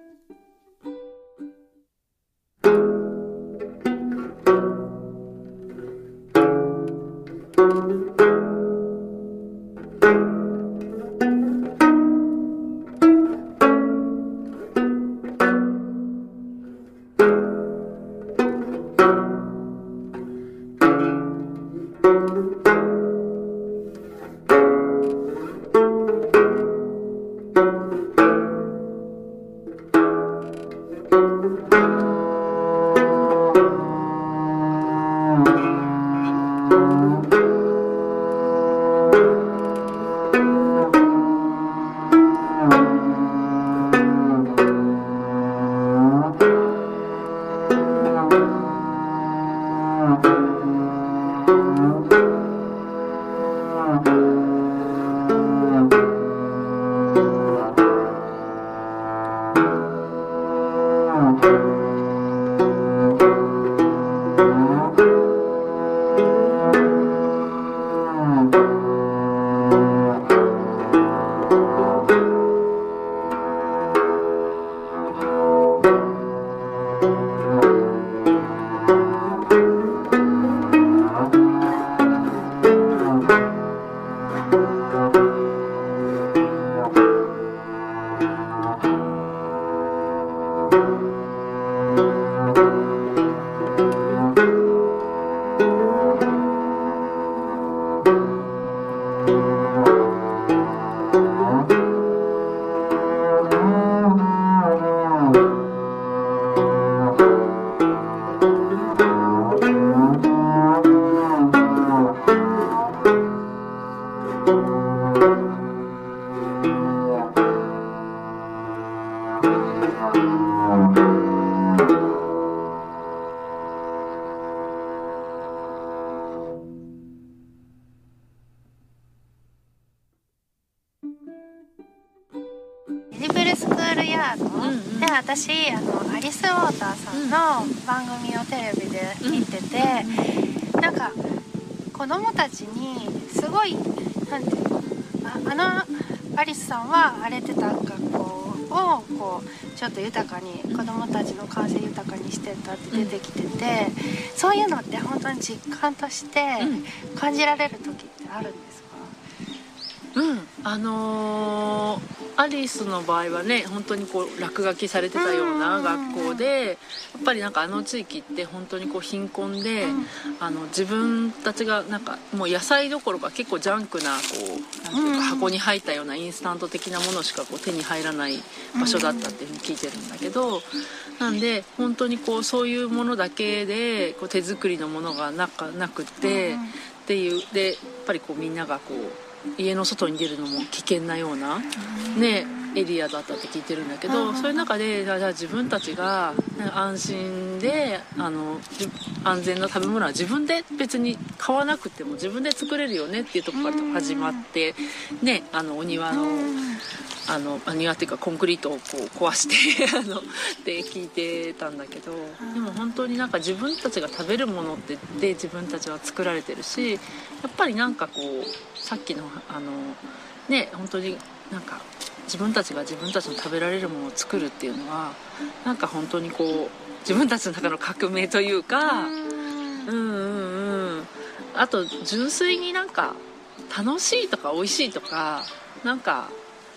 Speaker 5: で私あのアリス・ウォーターさんの番組をテレビで見てて、うん、なんか子供たちにすごいなんていうの あ, あのアリスさんは荒れてた学校をこうちょっと豊かに子供たちの感性豊かにしてたって出てきてて、うん、そういうのって本当に実感として感じられる時ってあるんですか？
Speaker 3: うんあのーアリスの場合はね、本当にこう落書きされてたような学校で、やっぱりなんかあの地域って本当にこう貧困で、うん、あの自分たちがなんかもう野菜どころか結構ジャンクなこうなんていうか箱に入ったようなインスタント的なものしかこう手に入らない場所だったっていうふうに聞いてるんだけど、なんで本当にこうそういうものだけでこう手作りのものがなかなくてっていうで、やっぱりこうみんながこう家の外に出るのも危険なような、ね、エリアだったって聞いてるんだけど、そういう中でじゃあ自分たちが安心であの安全な食べ物は自分で別に買わなくても自分で作れるよねっていうところから始まって、ね、あのお庭のあの庭っていうかコンクリートをこう壊してあのって聞いてたんだけど、でも本当になんか自分たちが食べるものってで自分たちは作られてるし、やっぱりなんかこうさっきのあのね本当になんか自分たちが自分たちの食べられるものを作るっていうのはなんか本当にこう自分たちの中の革命というか、うんうんうん、あと純粋になんか楽しいとか美味しいとかなんか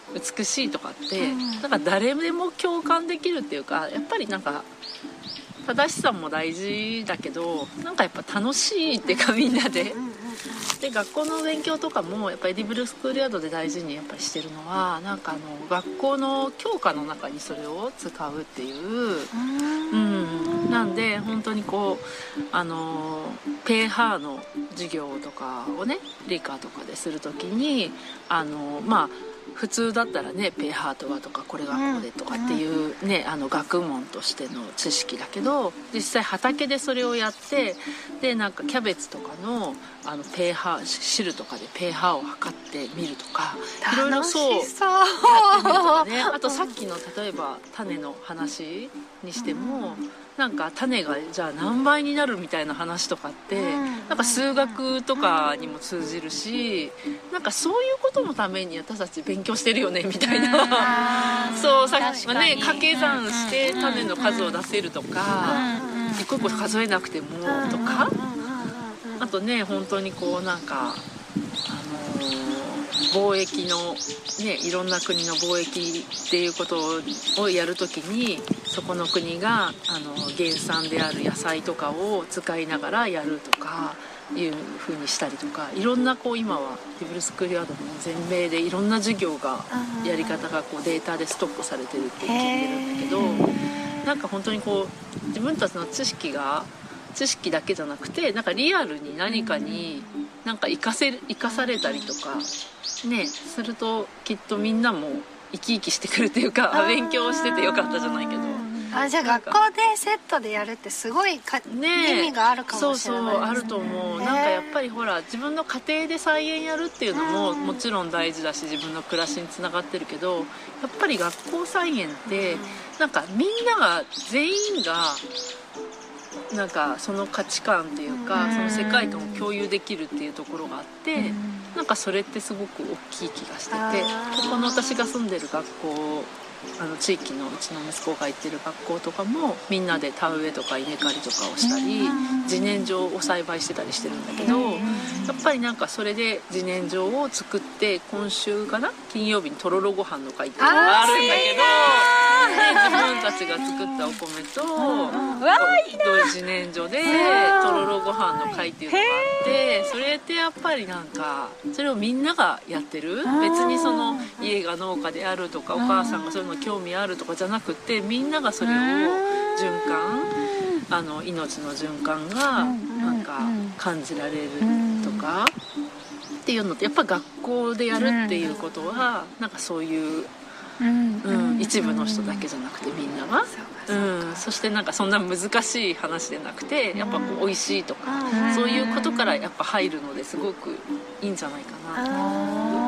Speaker 3: 美しいとかって、うん、なんか誰でも共感できるっていうか、やっぱりなんか正しさも大事だけど、なんかやっぱ楽しいっていうか、みんなでで学校の勉強とかもやっぱりエディブルスクールヤードで大事にやっぱりしてるのは、なんかあの学校の教科の中にそれを使うっていう、うん、なんで本当にこうあのペーハーの授業とかをね、理科とかでするときにあのまあ普通だったらね、ペーハーとはとかこれがこうでとかっていうね、あの学問としての知識だけど、実際畑でそれをやって、でなんかキャベツとかのあのペーハー汁とかでペーハーを測ってみるとか、いろいろそうやってみるとかね。あとさっきの例えば種の話にしても、なんか種がじゃあ何倍になるみたいな話とかって、なんか数学とかにも通じるし、なんかそういうことのために私たち勉強してるよねみたいな、そうさっきはね、掛け算して種の数を出せるとか、一個一個数えなくてもとか、あとね本当にこうなんかあの貿易のね、いろんな国の貿易っていうことをやるときに、そこの国があの原産である野菜とかを使いながらやるとかいう風にしたりとか、いろんなこう今はエディブルスクールヤードの全米でいろんな授業がやり方がこうデータでストックされてるって聞いてるんだけど、なんか本当にこう自分たちの知識が知識だけじゃなくて、なんかリアルに何かになんか生かせ生かされたりとかねすると、きっとみんなも生き生きしてくるっていうか、勉強しててよかったじゃないけど、
Speaker 5: あ、じゃあ学校でセットでやるってすごいか、ね、意味があるかもしれないですね。
Speaker 3: そうそうあると思う。なんかやっぱりほら自分の家庭で菜園やるっていうのももちろん大事だし、自分の暮らしにつながってるけど、やっぱり学校菜園ってなんかみんなが全員がなんかその価値観っていうか、その世界観を共有できるっていうところがあって、なんかそれってすごく大きい気がしてて、ここの私が住んでる学校、あの地域のうちの息子が行ってる学校とかもみんなで田植えとか稲刈りとかをしたり、自然薯を栽培してたりしてるんだけど、やっぱりなんかそれで自然薯を作って、今週かな金曜日にとろろご飯の会っていうのがあるんだけど、ね、自分たちが作ったお米と自然薯でとろろご飯の会っていうのがあって、それってやっぱりなんかそれをみんながやってる、別にその家が農家であるとかお母さんがそういうの興味あるとかじゃなくて、みんながそれを循環、あの命の循環がなんか感じられるとかっていうのって、やっぱ学校でやるっていうことはなんかそういう、うんうん、一部の人だけじゃなくてみんなが、うん、そしてなんかそんな難しい話でなくて、やっぱこう美味しいとか、そういうことからやっぱ入るのですごくいいんじゃないかな。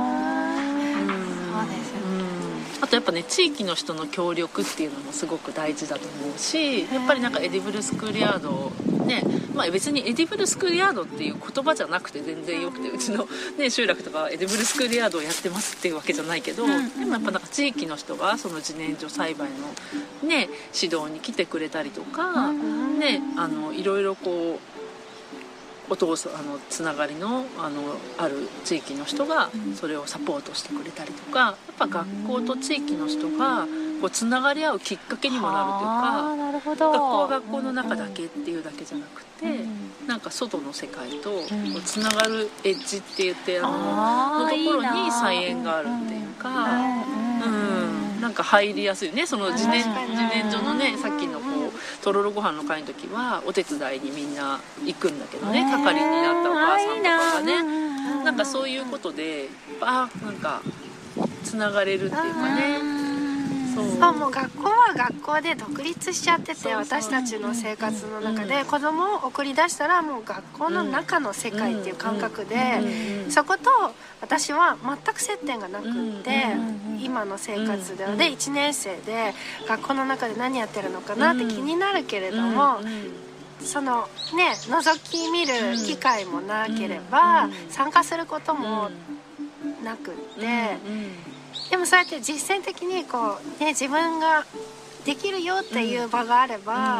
Speaker 3: あとやっぱね、地域の人の協力っていうのもすごく大事だと思うし、やっぱりなんかエディブルスクールヤードね、まあ別にエディブルスクールヤードっていう言葉じゃなくて全然よくて、うちの、ね、集落とかエディブルスクールヤードをやってますっていうわけじゃないけど、でもやっぱなんか地域の人がその自然薯栽培のね指導に来てくれたりとか、ね、あのいろいろこうお父さんあのつながりの あのある地域の人がそれをサポートしてくれたりとか、やっぱ学校と地域の人がこうつながり合うきっかけにもなるというか、
Speaker 1: なるほど。
Speaker 3: 学校は学校の中だけっていうだけじゃなくて、なんか外の世界とこうつながるエッジって言って、あののところに菜園があるっていうか、うん、なんか入りやすいね。その自然自然薯のね、さっきのこうとろろご飯の会の時はお手伝いにみんな行くんだけどね、係になったお母さんとかがね、なんかそういうことであなんかつながれるっていうかね。
Speaker 5: そうそうもう学校は学校で独立しちゃってて、私たちの生活の中で子供を送り出したらもう学校の中の世界っていう感覚で、そこと私は全く接点がなくって、今の生活ででいちねん生で学校の中で何やってるのかなって気になるけれども、そのね覗き見る機会もなければ参加することもなくって、でもそうやって実践的にこう、ね、自分ができるよっていう場があれば、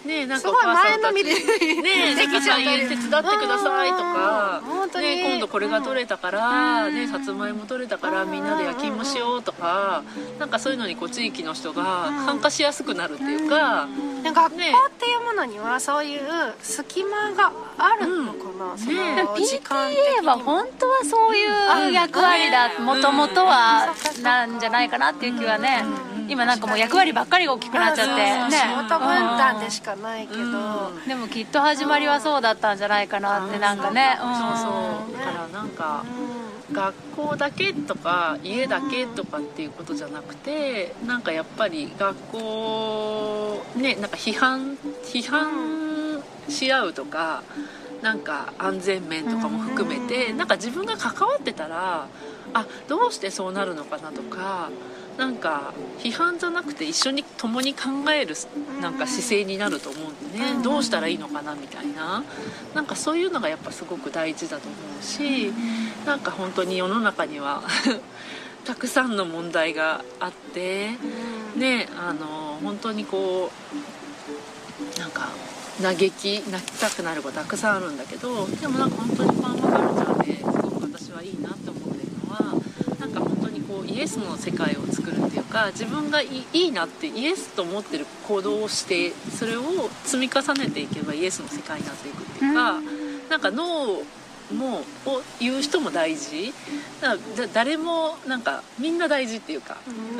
Speaker 3: ね、なん
Speaker 5: すごい
Speaker 3: かお母さんたち
Speaker 5: 前のめりに
Speaker 3: ね、なんか菜園手伝ってくださいとか、
Speaker 5: うん本当に
Speaker 3: ね、今度これが取れたから、
Speaker 1: うん
Speaker 3: ね、さつまいも取れたからみんなで焼き芋しようとか、なんかそういうのにこう地域の人が参加しやすくなるっていうか、
Speaker 5: で学校っていうものにはそういう隙間があるのかな、そ
Speaker 3: ね
Speaker 5: の時間的に
Speaker 1: ピーティーエー は本当はそういう役割だもともとはなんじゃないかなっていう気はね、今なんかもう役割ばっかりが大きくなっちゃって
Speaker 5: そうそう
Speaker 1: ね、
Speaker 5: 仕事分担でしかないけど、
Speaker 3: うん
Speaker 1: でもきっと始まりはそうだったんじゃないかなってなんかね、うん
Speaker 3: そうそうだからなんか学校だけとか家だけとかっていうことじゃなくて、なんかやっぱり学校ね、なんか批判批判し合うとか、なんか安全面とかも含めて、なんか自分が関わってたら、あ、どうしてそうなるのかなとか、なんか批判じゃなくて一緒に共に考えるなんか姿勢になると思うんでね、どうしたらいいのかなみたいな、なんかそういうのがやっぱすごく大事だと思うし、なんか本当に世の中にはたくさんの問題があってね、あの本当にこうなんか嘆き泣きたくなることたくさんあるんだけど、でもなんか本当にパーマカルチャーですごく私はいいなって思ってるのは、なんか本当にこうイエスの世界を作るっていうか、自分がい い, いいなってイエスと思ってる行動をして、それを積み重ねていけばイエスの世界になっていくっていうか、うん、なんかノーもを言う人も大事だから、誰もなんかみんな大事っていうか、うん、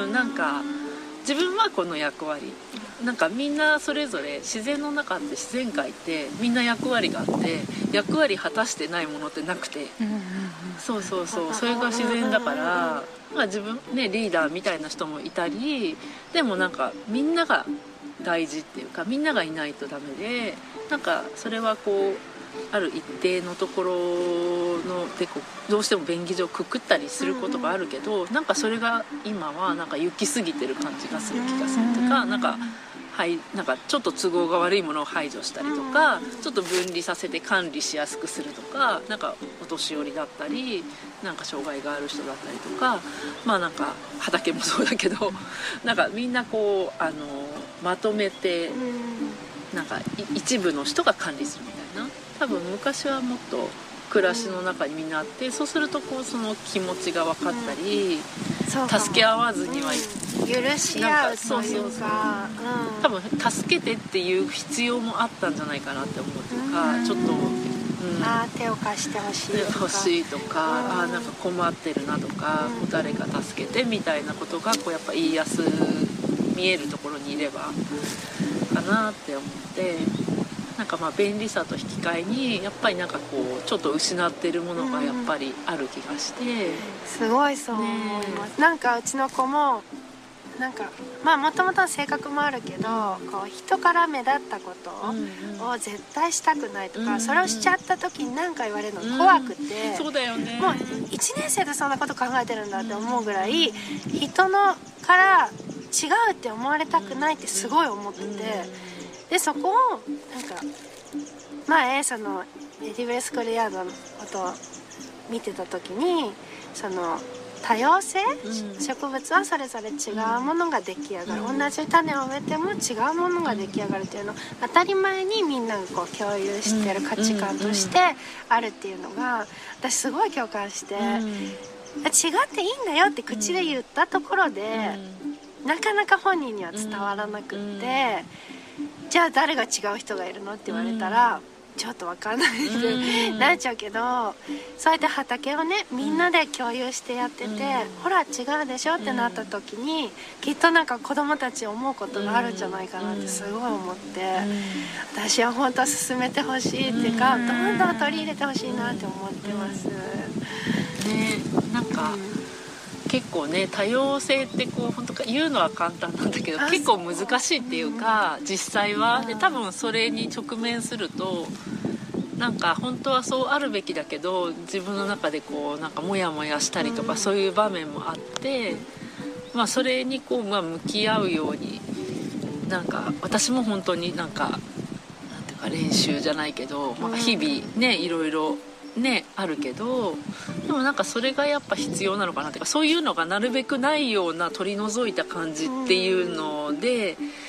Speaker 3: うんなんか自分はこの役割、なんかみんなそれぞれ自然の中って、自然界ってみんな役割があって、役割果たしてないものってなくて、そうそうそう、それが自然だから、まあ、自分ねリーダーみたいな人もいたり、でもなんかみんなが大事っていうか、みんながいないとダメで、なんかそれはこうある一定のところのでこうどうしても便宜上くくったりすることがあるけど、なんかそれが今はなんか行き過ぎてる感じがする気がするというか、なんかはい、なんかちょっと都合が悪いものを排除したりとか、ちょっと分離させて管理しやすくするとか、なんかお年寄りだったり、なんか障害がある人だったりとか、まあなんか畑もそうだけど、なんかみんなこうあのまとめて、なんか一部の人が管理するみたいな。多分昔はもっと暮らしの中にみんなあって、そうするとこうその気持ちが分かったり、助け合わずには、
Speaker 5: うん、許し合うというか、
Speaker 3: 多分助けてっていう必要もあったんじゃないかなって思うというか、うん、ちょっと、うん、
Speaker 5: あ手を貸してほしいとか、
Speaker 3: 欲しいとか、うん、あなんか困ってるなとか、うん、誰か助けてみたいなことがこうやっぱ言いやす見えるところにいればかなって思って。なんかまあ便利さと引き換えにやっぱりなんかこうちょっと失ってるものがやっぱりある気がして、うん、
Speaker 5: すごいそう思います、ね、なんかうちの子もなんかまあもともと性格もあるけど、こう人から目立ったことを絶対したくないとか、うんうん、それをしちゃった時に何か言われるの怖くて、
Speaker 3: うん、そうだよね、
Speaker 5: もういちねん生でそんなこと考えてるんだって思うぐらい、人のから違うって思われたくないってすごい思ってて、でそこをなんか前そのエディブレス・コリアードのことを見てた時に、その多様性、うん、植物はそれぞれ違うものが出来上がる、うん、同じ種を植えても違うものが出来上がるっていうのを当たり前にみんながこう共有してる価値観としてあるっていうのが私すごい共感して、うん、違っていいんだよって口で言ったところで、うん、なかなか本人には伝わらなくって、うんじゃあ誰が違う人がいるのって言われたら、うん、ちょっと分かんないってなっちゃうけど、そうやって畑をねみんなで共有してやってて、うん、ほら違うでしょってなった時に、うん、きっとなんか子供たち思うことがあるんじゃないかなってすごい思って、うん、私は本当進めてほしいっていうか、うん、どんどん取り入れてほしいなって思ってます、
Speaker 3: うん、ねなんか、うん結構ね多様性ってこう本当か言うのは簡単なんだけど結構難しいっていうか、実際はで多分それに直面するとなんか本当はそうあるべきだけど自分の中でこうなんかモヤモヤしたりとかそういう場面もあって、まあ、それにこう、まあ、向き合うようになんか私も本当になんかなんていうか練習じゃないけど、まあ、日々ねいろいろねあるけどでもなんかそれがやっぱ必要なのかなっていうかそういうのがなるべくないような取り除いた感じっていうので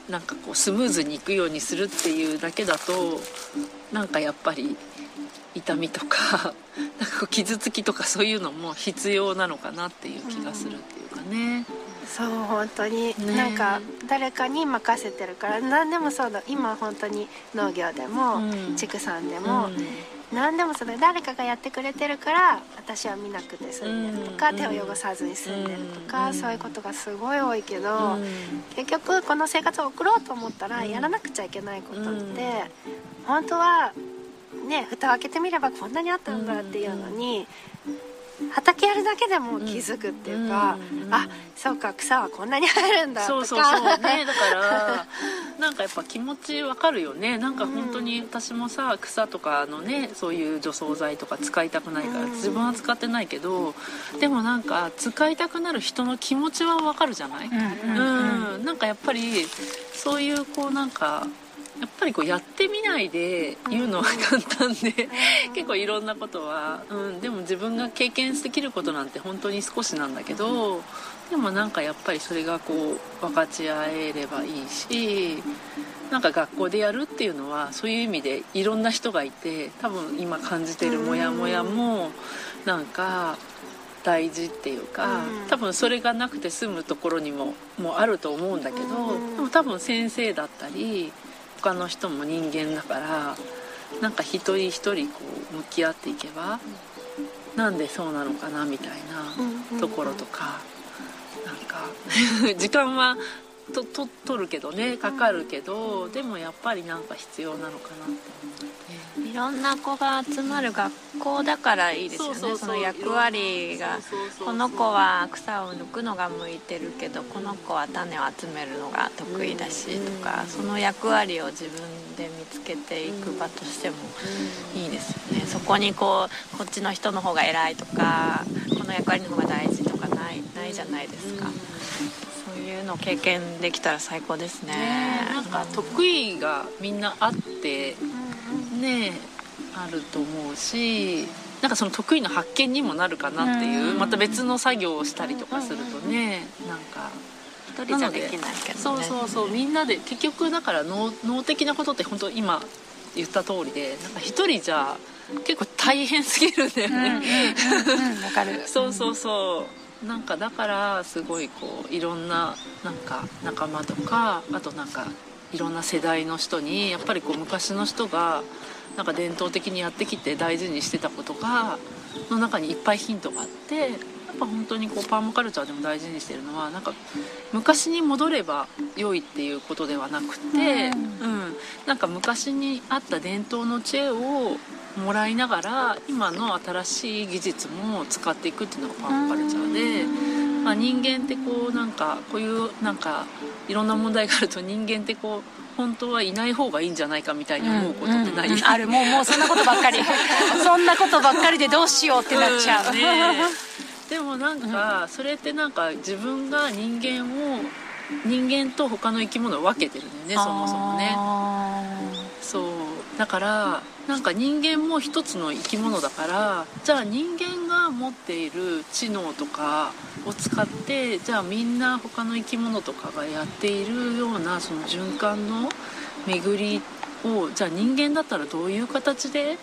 Speaker 3: なんかこうスムーズにいくようにするっていうだけだとなんかやっぱり痛みとかなんか傷つきとかそういうのも必要なのかなっていう気がするっていうかね、
Speaker 5: うん、そう本当に、
Speaker 3: ね、
Speaker 5: なんか誰かに任せてるから何でもそうだ今本当に農業でも、うん、畜産でも、うん何でもそれ誰かがやってくれてるから私は見なくて済んでるとか、うん、手を汚さずに済んでるとか、うん、そういうことがすごい多いけど、うん、結局この生活を送ろうと思ったらやらなくちゃいけないことって、うん、本当はね蓋を開けてみればこんなにあったんだっていうのに、うん、畑やるだけでも気づくっていうか、うん、あそうか草はこんなに生えるんだとか
Speaker 3: そうそうそうねだからなんかやっぱ気持ちわかるよねなんか本当に私もさ草とかのねそういう除草剤とか使いたくないから自分は使ってないけどでもなんか使いたくなる人の気持ちはわかるじゃない、うんうんうんうん、なんかやっぱりそういうこうなんかやっぱりこうやってみないで言うのは簡単で結構いろんなことは、うん、でも自分が経験できることなんて本当に少しなんだけどでもなんかやっぱりそれがこう分かち合えればいいしなんか学校でやるっていうのはそういう意味でいろんな人がいて多分今感じてるモヤモヤもなんか大事っていうか多分それがなくて済むところにももうあると思うんだけどでも多分先生だったり他の人も人間だからなんか一人一人こう向き合っていけばなんでそうなのかなみたいなところとかなんか時間はとと取るけどねかかるけどでもやっぱりなんか必要なのかなって思って、
Speaker 2: いろんな子が集まる学校だからいいですよね。そうそうそうその役割がこの子は草を抜くのが向いてるけどこの子は種を集めるのが得意だしとかその役割を自分で見つけていく場としてもいいですよね。そこにこうこっちの人の方が偉いとかこの役割の方が大事とかないないじゃないですか。そういうのを経験できたら最高ですね。
Speaker 3: ねなんか得意がみんなあってねあると思うしなんかその得意の発見にもなるかなっていうまた別の作業をしたりとかするとねなんか
Speaker 2: 一人じゃできないけどね。
Speaker 3: そうそうそうみんなで結局だから脳脳的なことって本当今言った通りでなんか一人じゃ結構大変すぎるんだよね。
Speaker 2: うんうんうんうん、わかる。
Speaker 3: そうそうそうなんかだからすごいこういろんななんか仲間とかあとなんかいろんな世代の人にやっぱりこう昔の人がなんか伝統的にやってきて大事にしてたことがの中にいっぱいヒントがあってやっぱ本当にこうパーマカルチャーでも大事にしてるのはなんか昔に戻れば良いっていうことではなくて、うんうん、なんか昔にあった伝統の知恵をもらいながら今の新しい技術も使っていくっていうのがパーマカルチャーで、まあ、人間ってこうなんかこういうなんかいろんな問題があると人間ってこう本当はいない方がいいんじゃないかみたいに思うことってない、うんうん、
Speaker 2: あるもうもうそんなことばっかりそんなことばっかりでどうしようってなっちゃう、うんね、
Speaker 3: でもなんかそれってなんか自分が人間を人間と他の生き物を分けてるんだよねそもそもね。そうだからなんか人間も一つの生き物だからじゃあ人間が持っている知能とかを使ってじゃあみんな他の生き物とかがやっているようなその循環の巡りをじゃあ人間だったらどういう形で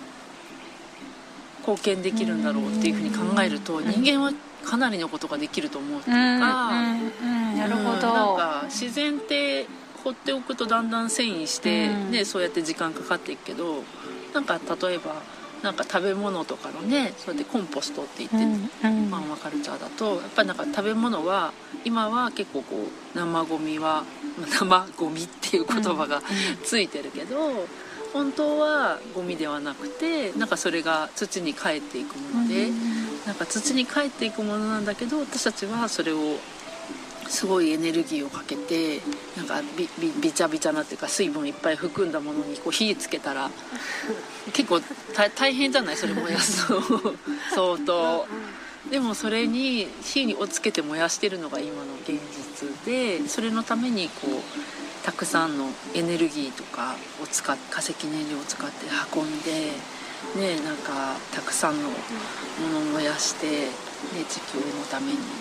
Speaker 3: 貢献できるんだろうっていうふうに考えると人間はかなりのことができると思うっていうか、
Speaker 2: なるほど、
Speaker 3: なんか自然って放っておくとだんだん遷移して、うんね、そうやって時間かかっていくけどなんか例えばなんか食べ物とかのねそうやってコンポストって言って、うんうん、パーマカルチャーだとやっぱりなんか食べ物は今は結構こう生ゴミは生ゴミっていう言葉がついてるけど、うんうん、本当はゴミではなくてなんかそれが土に帰っていくもので、うん、なんか土に帰っていくものなんだけど私たちはそれをすごいエネルギーをかけてなんか び, び, びちゃびちゃなっていうか水分いっぱい含んだものにこう火つけたら結構大変じゃないそれ燃やすの相当でもそれに火をつけて燃やしてるのが今の現実でそれのためにこうたくさんのエネルギーとかを使っ化石燃料を使って運んでねなんかたくさんのものを燃やして、ね、地球のために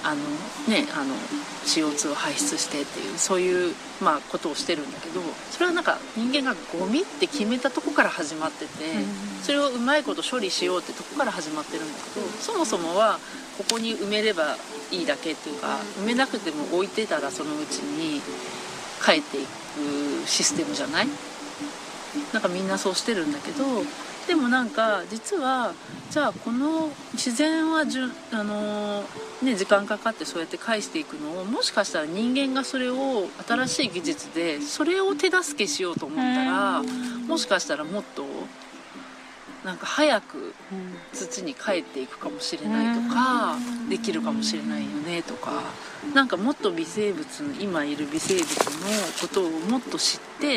Speaker 3: あのねあの シーオーツー を排出してっていうそういう、まあ、ことをしてるんだけど、それはなんか人間がゴミって決めたとこから始まってて、それをうまいこと処理しようってとこから始まってるんだけど、そもそもはここに埋めればいいだけっていうか、埋めなくても置いてたらそのうちに帰っていくシステムじゃない？なんかみんなそうしてるんだけど、でもなんか実はじゃあこの自然はじゅあのーね、時間かかってそうやって返していくのを、もしかしたら人間がそれを新しい技術でそれを手助けしようと思ったら、もしかしたらもっとなんか早く土に帰っていくかもしれないとか、できるかもしれないよねとか、なんかもっと微生物、今いる微生物のことをもっと知って、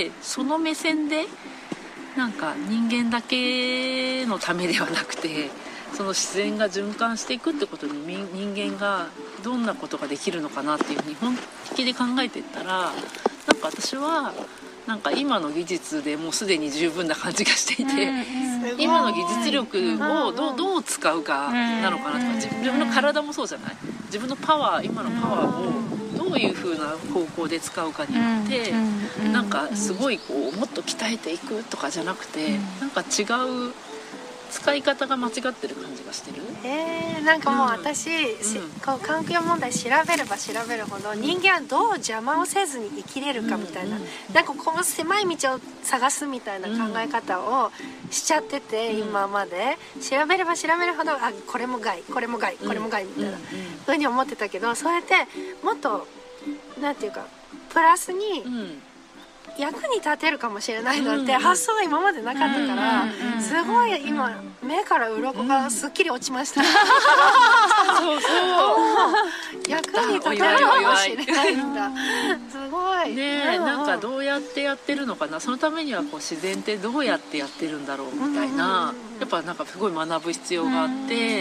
Speaker 3: その目線でなんか人間だけのためではなくて、その自然が循環していくってことに人間がどんなことができるのかなっていう日本的で考えていったら、なんか私はなんか今の技術でもうすでに十分な感じがしていて、今の技術力をどう、どう使うかなのかなとか、自分の体もそうじゃない？自分のパワー、今のパワーをどういう風な方向で使うかによって、なんかすごいこうもっと鍛えていくとかじゃなくて、なんか違う使い方が間違ってる感じがしてる。
Speaker 5: えー、なんかもう私、うん、こう環境問題調べれば調べるほど、人間はどう邪魔をせずに生きれるかみたいな、うんうん、なんかこの狭い道を探すみたいな考え方をしちゃってて、うん、今まで調べれば調べるほど、あ、これも害、これも害、これも害みたいなふうに思ってたけど、そうやってもっとなんていうかプラスに、うん、役に立てるかもしれないなんて発想が今までなかったから、すごい今目から鱗がすっきり落ちました。そうそう役に立てるかもしれないんだ。すごい
Speaker 3: ね。なんかどうやってやってるのかな、そのためにはこう自然ってどうやってやってるんだろうみたいな、やっぱなんかすごい学ぶ必要があって、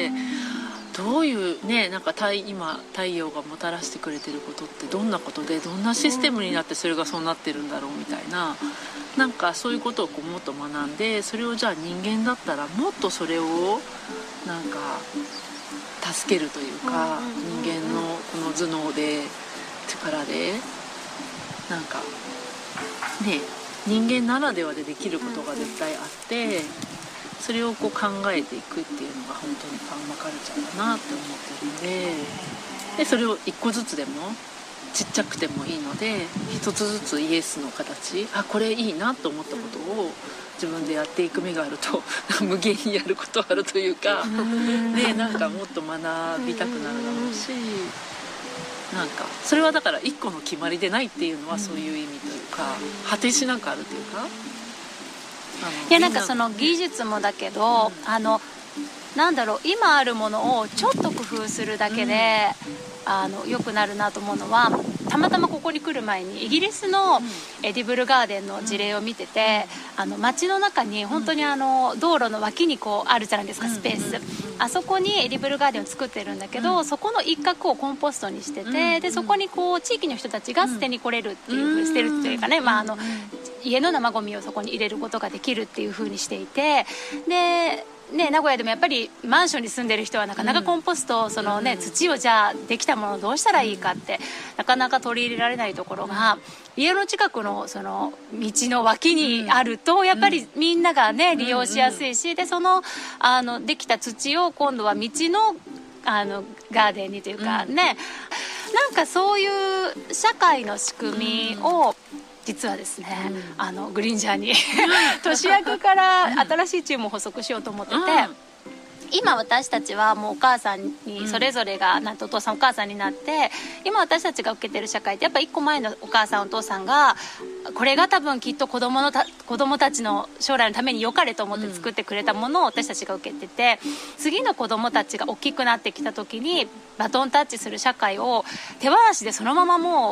Speaker 3: どういうね、なんか太今太陽がもたらしてくれてることってどんなことで、どんなシステムになってそれがそうなってるんだろうみたいな、なんかそういうことをこうもっと学んで、それをじゃあ人間だったらもっとそれをなんか助けるというか、人間のこの頭脳で力でなんかね、人間ならではでできることが絶対あって、それをこう考えていくっていうのが本当にパーマカルチャーだなって思ってるんで、でそれを一個ずつでもちっちゃくてもいいので、一つずつイエスの形、あ、これいいなと思ったことを自分でやっていく目があると無限にやることあるというか、でなんかもっと学びたくなるだろうし、なんかそれはだから一個の決まりでないっていうのはそういう意味というか、果てしなくあるというか。
Speaker 1: いや、なんかその技術もだけど、うん、あのなんだろう、今あるものをちょっと工夫するだけで、うん、あの良くなるなと思うのは、たまたまここに来る前にイギリスのエディブルガーデンの事例を見てて、うん、あの街の中に本当にあの道路の脇にこうあるじゃないですか、スペース、あそこにエディブルガーデンを作ってるんだけど、うん、そこの一角をコンポストにしてて、うん、でそこにこう地域の人たちが捨てに来れるっていう、うん、捨てるっていうかね、まああの家の生ゴミをそこに入れることができるっていう風にしていて、でね、名古屋でもやっぱりマンションに住んでる人はなかなかコンポスト、そのね、土をじゃあできたものをどうしたらいいかってなかなか取り入れられないところが、家の近くのその道の脇にあるとやっぱりみんながね利用しやすいし、でそのあのできた土を今度は道のあのガーデンにというかね、なんかそういう社会の仕組みを実はですね、うん、あのグリーンジャーに年明けから新しいチームを発足しようと思ってて、うん、今私たちはもうお母さんにそれぞれがなんとお父さんお母さんになって、今私たちが受けてる社会ってやっぱいっこまえのお母さんお父さんがこれが多分きっと子供のた子供たちの将来のために良かれと思って作ってくれたものを私たちが受けてて、次の子供たちが大きくなってきた時にバトンタッチする社会を手放しでそのままもう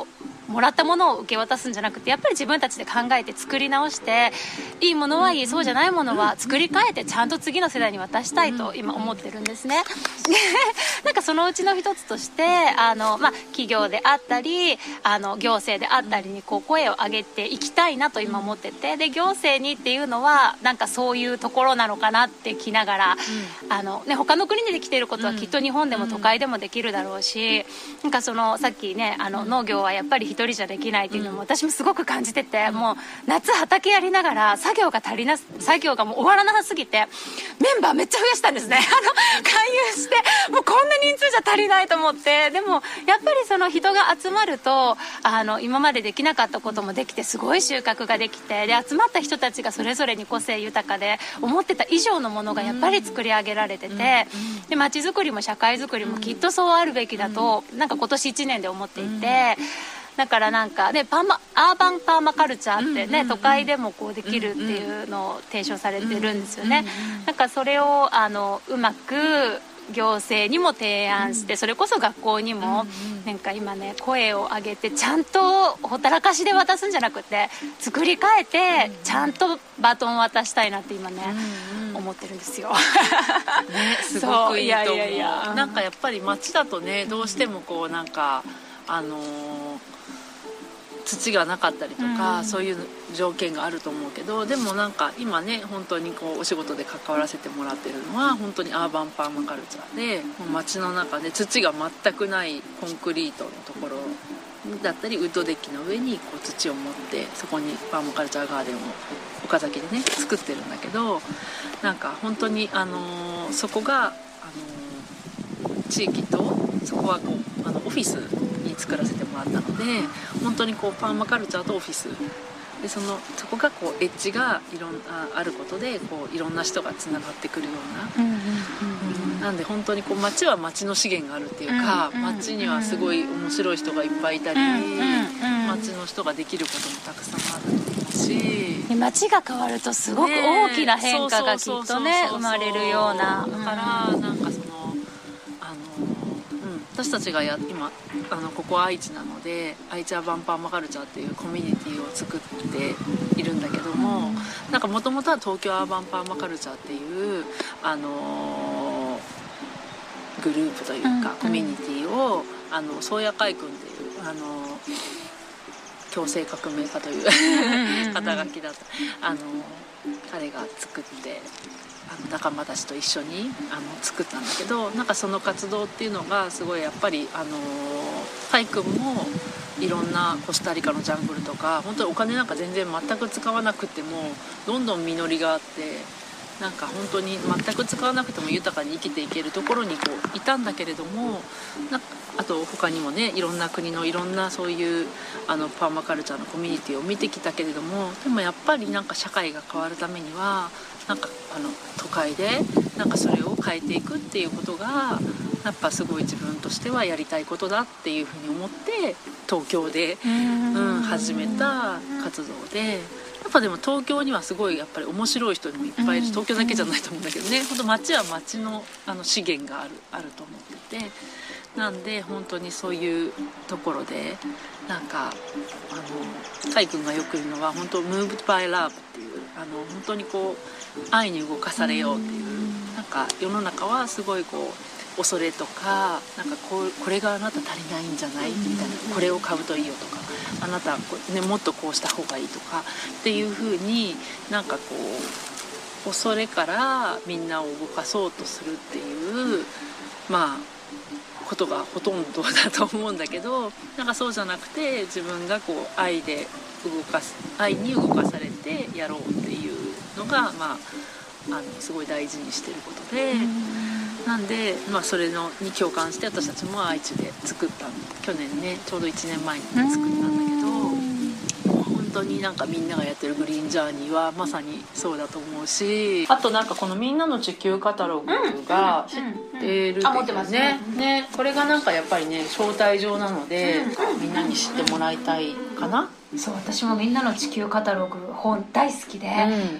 Speaker 1: もらったものを受け渡すんじゃなくて、やっぱり自分たちで考えて作り直して、いいものはいい、そうじゃないものは作り変えてちゃんと次の世代に渡したいと今思ってるんですね。なんかそのうちの一つとしてあの、まあ、企業であったりあの行政であったりにこう声を上げていきたいなと今思ってて、で行政にっていうのはなんかそういうところなのかなってきながら、うん、あのね、他の国でできていることはきっと日本でも都会でもできるだろうし、なんかそのさっきねあの農業はやっぱり一人じゃできないっていうのも私もすごく感じてて、もう夏畑やりながら作業が足りな作業がもう終わらなすぎてメンバーめっちゃ増やしたんですね。あの勧誘してもうこんな人数じゃ足りないと思って、でもやっぱりその人が集まるとあの今までできなかったこともできてすごい収穫ができて、で集まった人たちがそれぞれに個性豊かで思ってた以上のものがやっぱり作り上げられてて、で街づくりも社会づくりもきっとそうあるべきだとなんか今年いちねんで思っていて、だからなんかねパーマアーバンパーマカルチャーってね、都会でもこうできるっていうのを提唱されてるんですよね。なんかそれをあのうまく行政にも提案して、それこそ学校にもなんか今ね声を上げてちゃんとほったらかしで渡すんじゃなくて作り変えてちゃんとバトンを渡したいなって今ね思ってるんですよ。ね、
Speaker 3: すごくいいと思う。
Speaker 1: いやいやいや、
Speaker 3: なんかやっぱり街だとねどうしてもこうなんかあのー土がなかったりとか、うん、そういう条件があると思うけど、でもなんか今ね本当にこうお仕事で関わらせてもらってるのは本当にアーバンパーマカルチャーで、もう街の中で土が全くないコンクリートのところだったりウッドデッキの上にこう土を持ってそこにパーマカルチャーガーデンを岡崎でね作ってるんだけど、なんか本当にあのー、そこが、あのー、地域とそこはこうあのオフィスに作らせてもらったので、本当にこうパーマカルチャーとオフィスで、そのそこがこうエッジがいろんなあることでこういろんな人がつながってくるような、うんうんうんうん、なんで本当にこう街は街の資源があるっていうか、うんうんうん、街にはすごい面白い人がいっぱいいたり、うんうんうん、街の人ができることもたくさんあると思うし、
Speaker 1: 街が変わるとすごく大きな変化がきっとね生まれるような、
Speaker 3: だからなんかその私たちがや今あのここは愛知なので愛知アーバンパーマカルチャーっていうコミュニティを作っているんだけども、うん、なんかもともとは東京アーバンパーマカルチャーっていう、あのー、グループというか、うんうん、コミュニティをあの宗谷海君っていう、あのー、共生革命家という肩書きだったあの彼が作ってあの仲間たちと一緒にあの作ったんだけど、なんかその活動っていうのがすごいやっぱりあの海君もいろんなコスタリカのジャングルとか本当にお金なんか全然全く使わなくてもどんどん実りがあって、なんか本当に全く使わなくても豊かに生きていけるところにこういたんだけれども、なあと他にもねいろんな国のいろんなそういうあのパーマカルチャーのコミュニティを見てきたけれども、でもやっぱりなんか社会が変わるためにはなんかあの都会でなんかそれを変えていくっていうことがやっぱすごい自分としてはやりたいことだっていうふうに思って東京で、うん、始めた活動で、やっぱでも東京にはすごいやっぱり面白い人にもいっぱいいる、東京だけじゃないと思うんだけどね、本当街は街の、あの資源がある、あると思ってて、なんで本当にそういうところでなんかあの海君がよく言うのは本当 Moved by Love っていう、あの本当にこう愛に動かされようっていう、なんか世の中はすごいこう恐れとか、なんかこうこれがあなた足りないんじゃないみたいな、これを買うといいよとか、あなた、ね、もっとこうした方がいいとかっていう風になんかこう恐れからみんなを動かそうとするっていうまあことがほとんどだと思うんだけど、なんかそうじゃなくて自分がこう愛で動かす、愛に動かされてやろうっていうのが、まあ、あのすごい大事にしてることで、なんで、まあ、それのに共感して私たちも愛知で作ったの、去年ねちょうどいちねんまえに作ったんだけど、本当になんかみんながやってるグリーンジャーニーはまさにそうだと思うし、あとなんかこのみんなの地球カタログが知ってるっていうね、ね、これがなんかやっぱりね招待状なので、みんなに知ってもらいたいかな。
Speaker 1: そう、私もみんなの地球カタログ本大好きで、うん、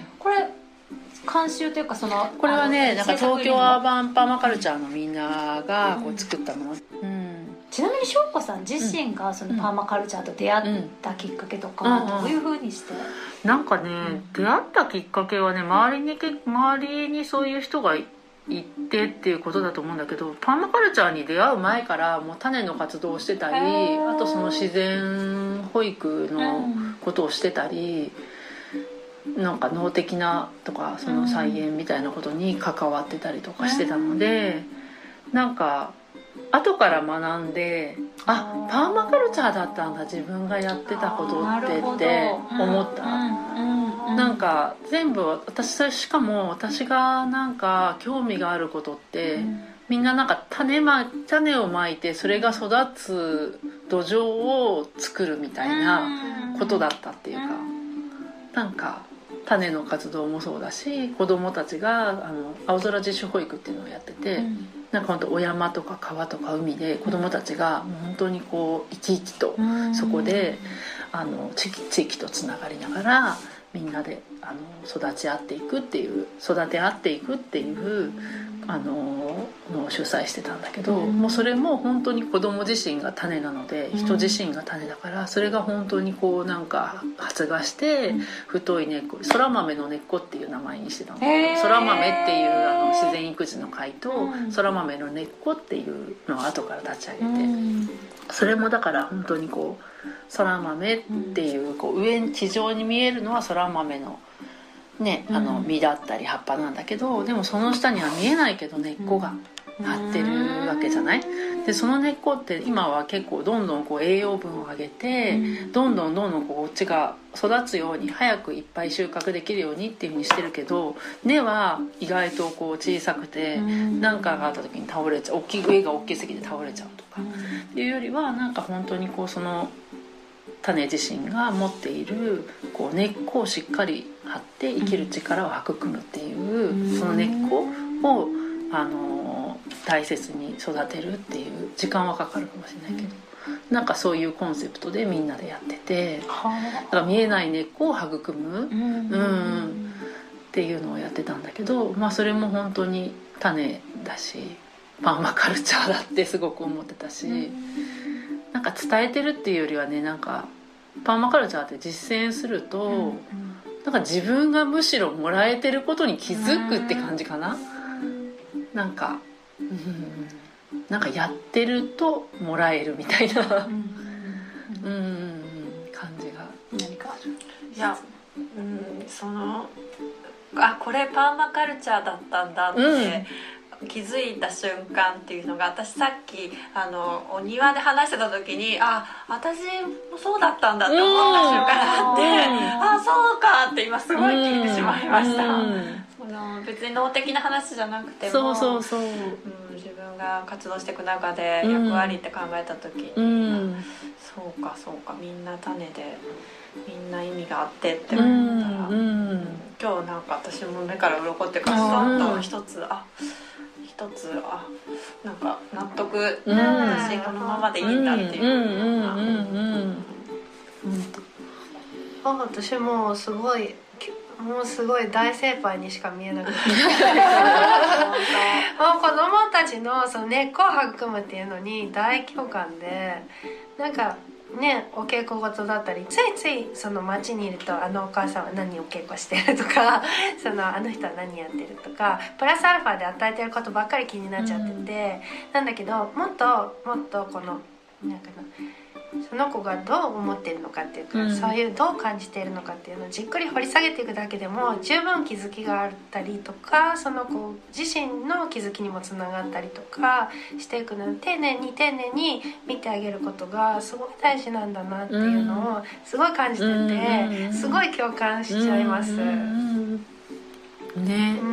Speaker 1: これ監修というかその
Speaker 3: これはねなんか東京アーバンパーマカルチャーのみんながこう作ったの、うん、
Speaker 1: ちなみに翔子さん自身がそのパーマカルチャーと出会ったきっかけとかはどういうふうにして、
Speaker 3: なんかね、出会ったきっかけはね、周りに周りにそういう人がいてっていうことだと思うんだけど、パーマカルチャーに出会う前からもう種の活動をしてたり、あとその自然保育のことをしてたり、なんか脳的なとかその菜園みたいなことに関わってたりとかしてたので、なんか後から学んで、あ、パーマカルチャーだったんだ自分がやってたことってって思った。なんか全部私、しかも私がなんか興味があることって、みんななんか種ま種をまいてそれが育つ土壌を作るみたいなことだったっていうか、なんか種の活動もそうだし、子どもたちがあの青空自主保育っていうのをやってて、うん、なんか本当お山とか川とか海で子どもたちがもう本当にこう生き生きとそこであの地域、地域とつながりながらみんなであの育ち合っていくっていう育て合っていくっていうあののを主催してたんだけど、もうそれも本当に子供自身が種なので、人自身が種だから、それが本当にこうなんか発芽して太い根っこ、そら豆の根っこっていう名前にしてたの。そら豆っていうあの自然育児の会とそら豆の根っこっていうのを後から立ち上げて、それもだから本当にこうそら豆っていうこう上地上に見えるのはそら豆のね、あの実だったり葉っぱなんだけど、でもその下には見えないけど根っこが張ってるわけじゃない。でその根っこって今は結構どんどんこう栄養分を上げて、どんどんどんどんこうこっちが育つように早くいっぱい収穫できるようにっていうふうにしてるけど、根は意外とこう小さくて何かがあった時に倒れちゃう、大きい上が大きすぎて倒れちゃうとかっていうよりは、なんか本当にこうその種自身が持っているこう根っこをしっかり張って生きる力を育むっていう、その根っこをあの大切に育てるっていう時間はかかるかもしれないけど、なんかそういうコンセプトでみんなでやってて、だから見えない根っこを育む、うん、っていうのをやってたんだけど、まあそれも本当に種だしパーマカルチャーだってすごく思ってたし、なんか伝えてるっていうよりはね、なんかパーマカルチャーって実践すると、うんうん、なんか自分がむしろもらえてることに気づくって感じかな。なんか、うん、なんかやってるともらえるみたいな、うん、うん、感じが何かある。
Speaker 2: いや、うん、そのあこれパーマカルチャーだったんだって、うん気づいた瞬間っていうのが、私さっきあのお庭で話してた時に、あ私もそうだったんだって思った瞬間があって、あそうかって今すごい聞いてしまいました。その別に脳的な話じゃなくても、
Speaker 3: そうそうそう、うん、
Speaker 2: 自分が活動していく中で役割って考えた時に、うん、そうかそうか、みんな種でみんな意味があってって思ったら、うんうん、今日なんか私も目から鱗っていうか、ストンと一つ、あ一つあなんか納得、うん、私このままでいいんだっていう
Speaker 5: のが、私もすごいもうすごい大先輩にしか見えなくてもう子供たちのその根っこを育むっていうのに大共感で、なんかね、お稽古事だったり、ついついその街にいると、あのお母さんは何お稽古してるとかそのあの人は何やってるとか、プラスアルファで与えてることばっかり気になっちゃってて、うん、なんだけどもっともっとこのなんかなその子がどう思っているのかっていうか、うん、そういうどう感じているのかっていうのをじっくり掘り下げていくだけでも十分気づきがあったりとか、その子自身の気づきにもつながったりとかしていくので、丁寧に丁寧に見てあげることがすごい大事なんだなっていうのをすごい感じてて、すごい共感しちゃいます。ね、
Speaker 3: うん、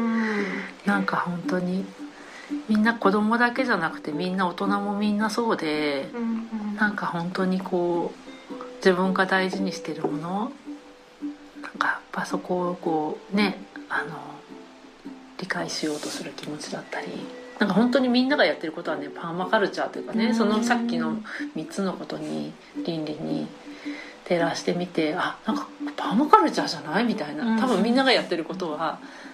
Speaker 3: なんか本当にみんな子供だけじゃなくてみんな大人もみんなそうで、うんうん、なんか本当にこう自分が大事にしてるもの、なんかやっぱそこをこうね、あの理解しようとする気持ちだったり、なんか本当にみんながやってることはね、パーマカルチャーというかね、そのさっきのみっつのことに倫理に照らしてみて、あなんかパーマカルチャーじゃないみたいな、多分みんながやってることは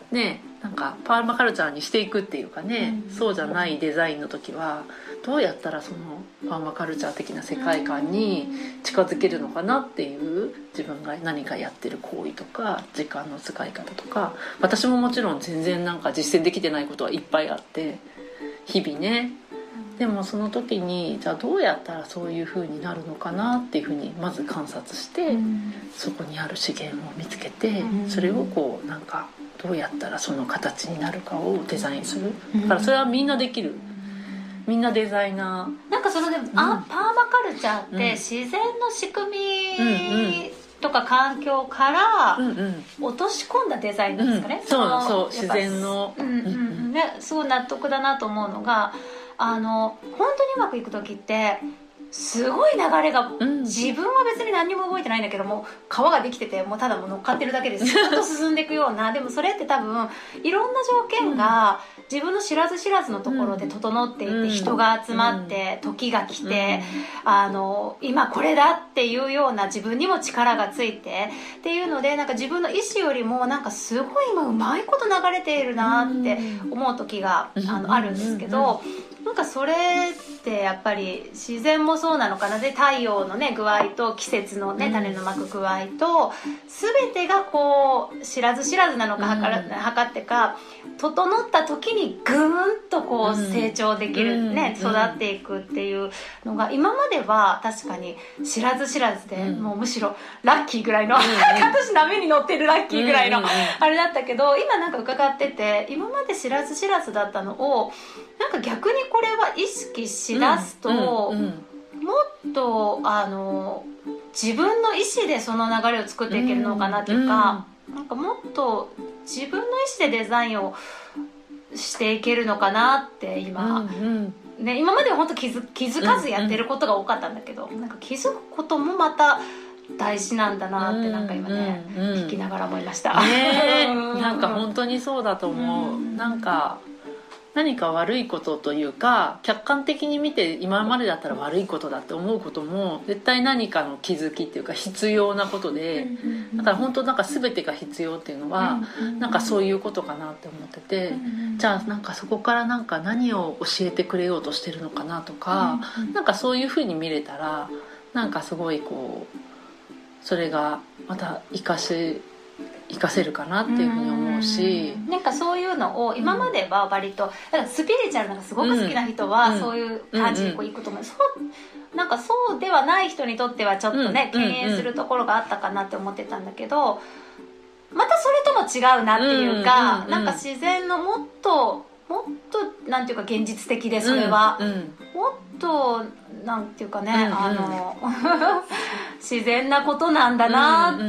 Speaker 3: ねなんかパーマカルチャーにしていくっていうかね、うん、そうじゃないデザインの時はどうやったらそのパーマカルチャー的な世界観に近づけるのかなっていう自分が何かやってる行為とか時間の使い方とか、私ももちろん全然なんか実践できてないことはいっぱいあって日々ね、でもその時にじゃあどうやったらそういう風になるのかなっていう風にまず観察して、うん、そこにある資源を見つけて、うん、それをこうなんかどうやったらその形になるかをデザインする。だからそれはみんなできる、みんなデザイナ
Speaker 1: ー。なんかそのでも、うん、あパーマカルチャーって自然の仕組みとか環境から落とし込んだデザインなんですかね、
Speaker 3: うんうん、そうそう自然の、
Speaker 1: うんうんうんね、すごい納得だなと思うのが、あの本当にうまくいく時ってすごい流れが、うん、自分は別に何にも動いてないんだけども川ができててもうただもう乗っかってるだけでずっと進んでいくようなでもそれって多分いろんな条件が自分の知らず知らずのところで整っていて、うん、人が集まって、うん、時が来て、うん、あの今これだっていうような自分にも力がついてっていうのでなんか自分の意思よりもなんかすごい今うまいこと流れているなって思う時が、うん、あのあるんですけど、なんかそれってやっぱり自然もそうなのかな。で太陽のね具合と季節のね種のまく具合と全てがこう知らず知らずなのか測ら、うん、測ってか整った時にぐーんとこう成長できる、ね、うん、育っていくっていうのが今までは確かに知らず知らずで、うん、もうむしろラッキーぐらいの、うん、私波に乗ってるラッキーぐらいのあれだったけど、今なんか伺ってて今まで知らず知らずだったのをなんか逆にこれは意識しだすと、うんうんうん、もっとあの自分の意思でその流れを作っていけるのかなっていうか、うんうん、なんかもっと自分の意思でデザインをしていけるのかなって今、うんうんね、今までは本当気づ、気づかずやってることが多かったんだけど、うんうん、なんか気づくこともまた大事なんだなってなんか今ね、うんうん、聞きながら思いました、
Speaker 3: ね、なんか本当にそうだと思う、うん、なんか何か悪いことというか客観的に見て今までだったら悪いことだって思うことも絶対何かの気づきっていうか必要なことで、だから本当なんか全てが必要っていうのはなんかそういうことかなって思ってて、じゃあなんかそこからなんか何を教えてくれようとしてるのかなとか、なんかそういうふうに見れたらなんかすごいこうそれがまた生かし活かせるかなっていうふうに思うし、
Speaker 1: うん、なんかそういうのを今までは割とだからスピリチュアルなのがすごく好きな人はそういう感じにこういくと思う、うんうん、そうなんかそうではない人にとってはちょっとね、うん、敬遠するところがあったかなって思ってたんだけど、またそれとも違うなっていうか、うんうんうん、なんか自然のもっともっとなんていうか現実的でそれは、うんうん、もっとなんていうかね、うんうん、あの自然なことなんだなって、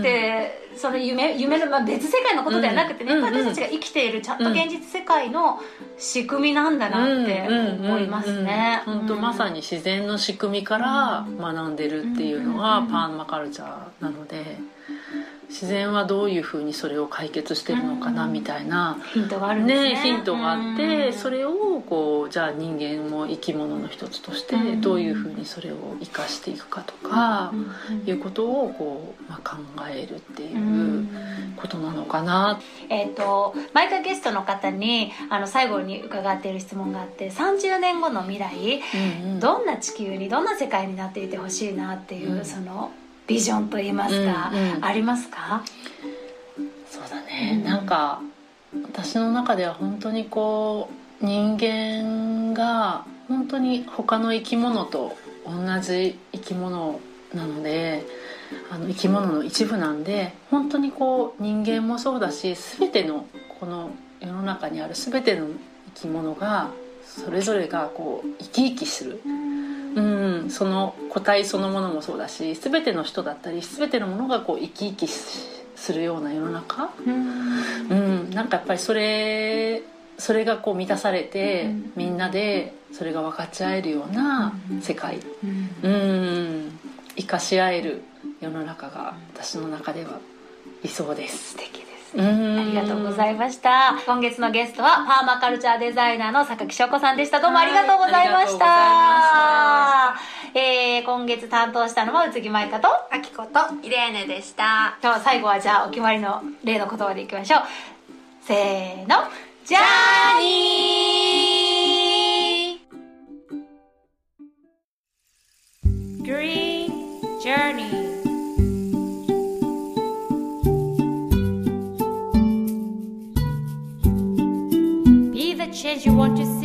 Speaker 1: うんうん、その夢、夢の、まあ、別世界のことではなくてね、うんうん、私たちが生きているちゃんと現実世界の仕組みなんだなって思いますね。
Speaker 3: 本当まさに自然の仕組みから学んでるっていうのがパーマカルチャーなので、自然はどういうふうにそれを解決してるのかなみたいな、
Speaker 1: ヒントがあるんですね。
Speaker 3: ね、ヒントがあって、それをこうじゃあ人間も生き物の一つとしてどういうふうにそれを生かしていくかとかいうことをこう、まあ、考えるっていうことなのかな。
Speaker 1: えーと、毎回ゲストの方にあの最後に伺っている質問があって、さんじゅうねんごの未来、うんうん、どんな地球にどんな世界になっていてほしいなっていう、うん、そのビジョンといいますか、うんうん、ありますか？
Speaker 3: そうだね、うん、なんか私の中では本当にこう人間が本当に他の生き物と同じ生き物なので、あの生き物の一部なんで、本当にこう人間もそうだし全てのこの世の中にある全ての生き物がそれぞれがこう生き生きする、うん、その個体そのものもそうだし全ての人だったり全てのものがこう生き生きするような世の中、うんうん、なんかやっぱりそれそれがこう満たされて、うん、みんなでそれが分かち合えるような世界、うんうん、生かし合える世の中が私の中では理想です。
Speaker 1: 素敵です。ありがとうございました。今月のゲストはパーマカルチャーデザイナーの榊翔子さんでした。どうもありがとうございました。えー、今月担当したのは宇津木舞香と
Speaker 5: あきことイレーネでした。
Speaker 1: 最後はじゃあお決まりの例の言葉でいきましょう。 せーの、ジャーニー Green Journey Be the change you want to see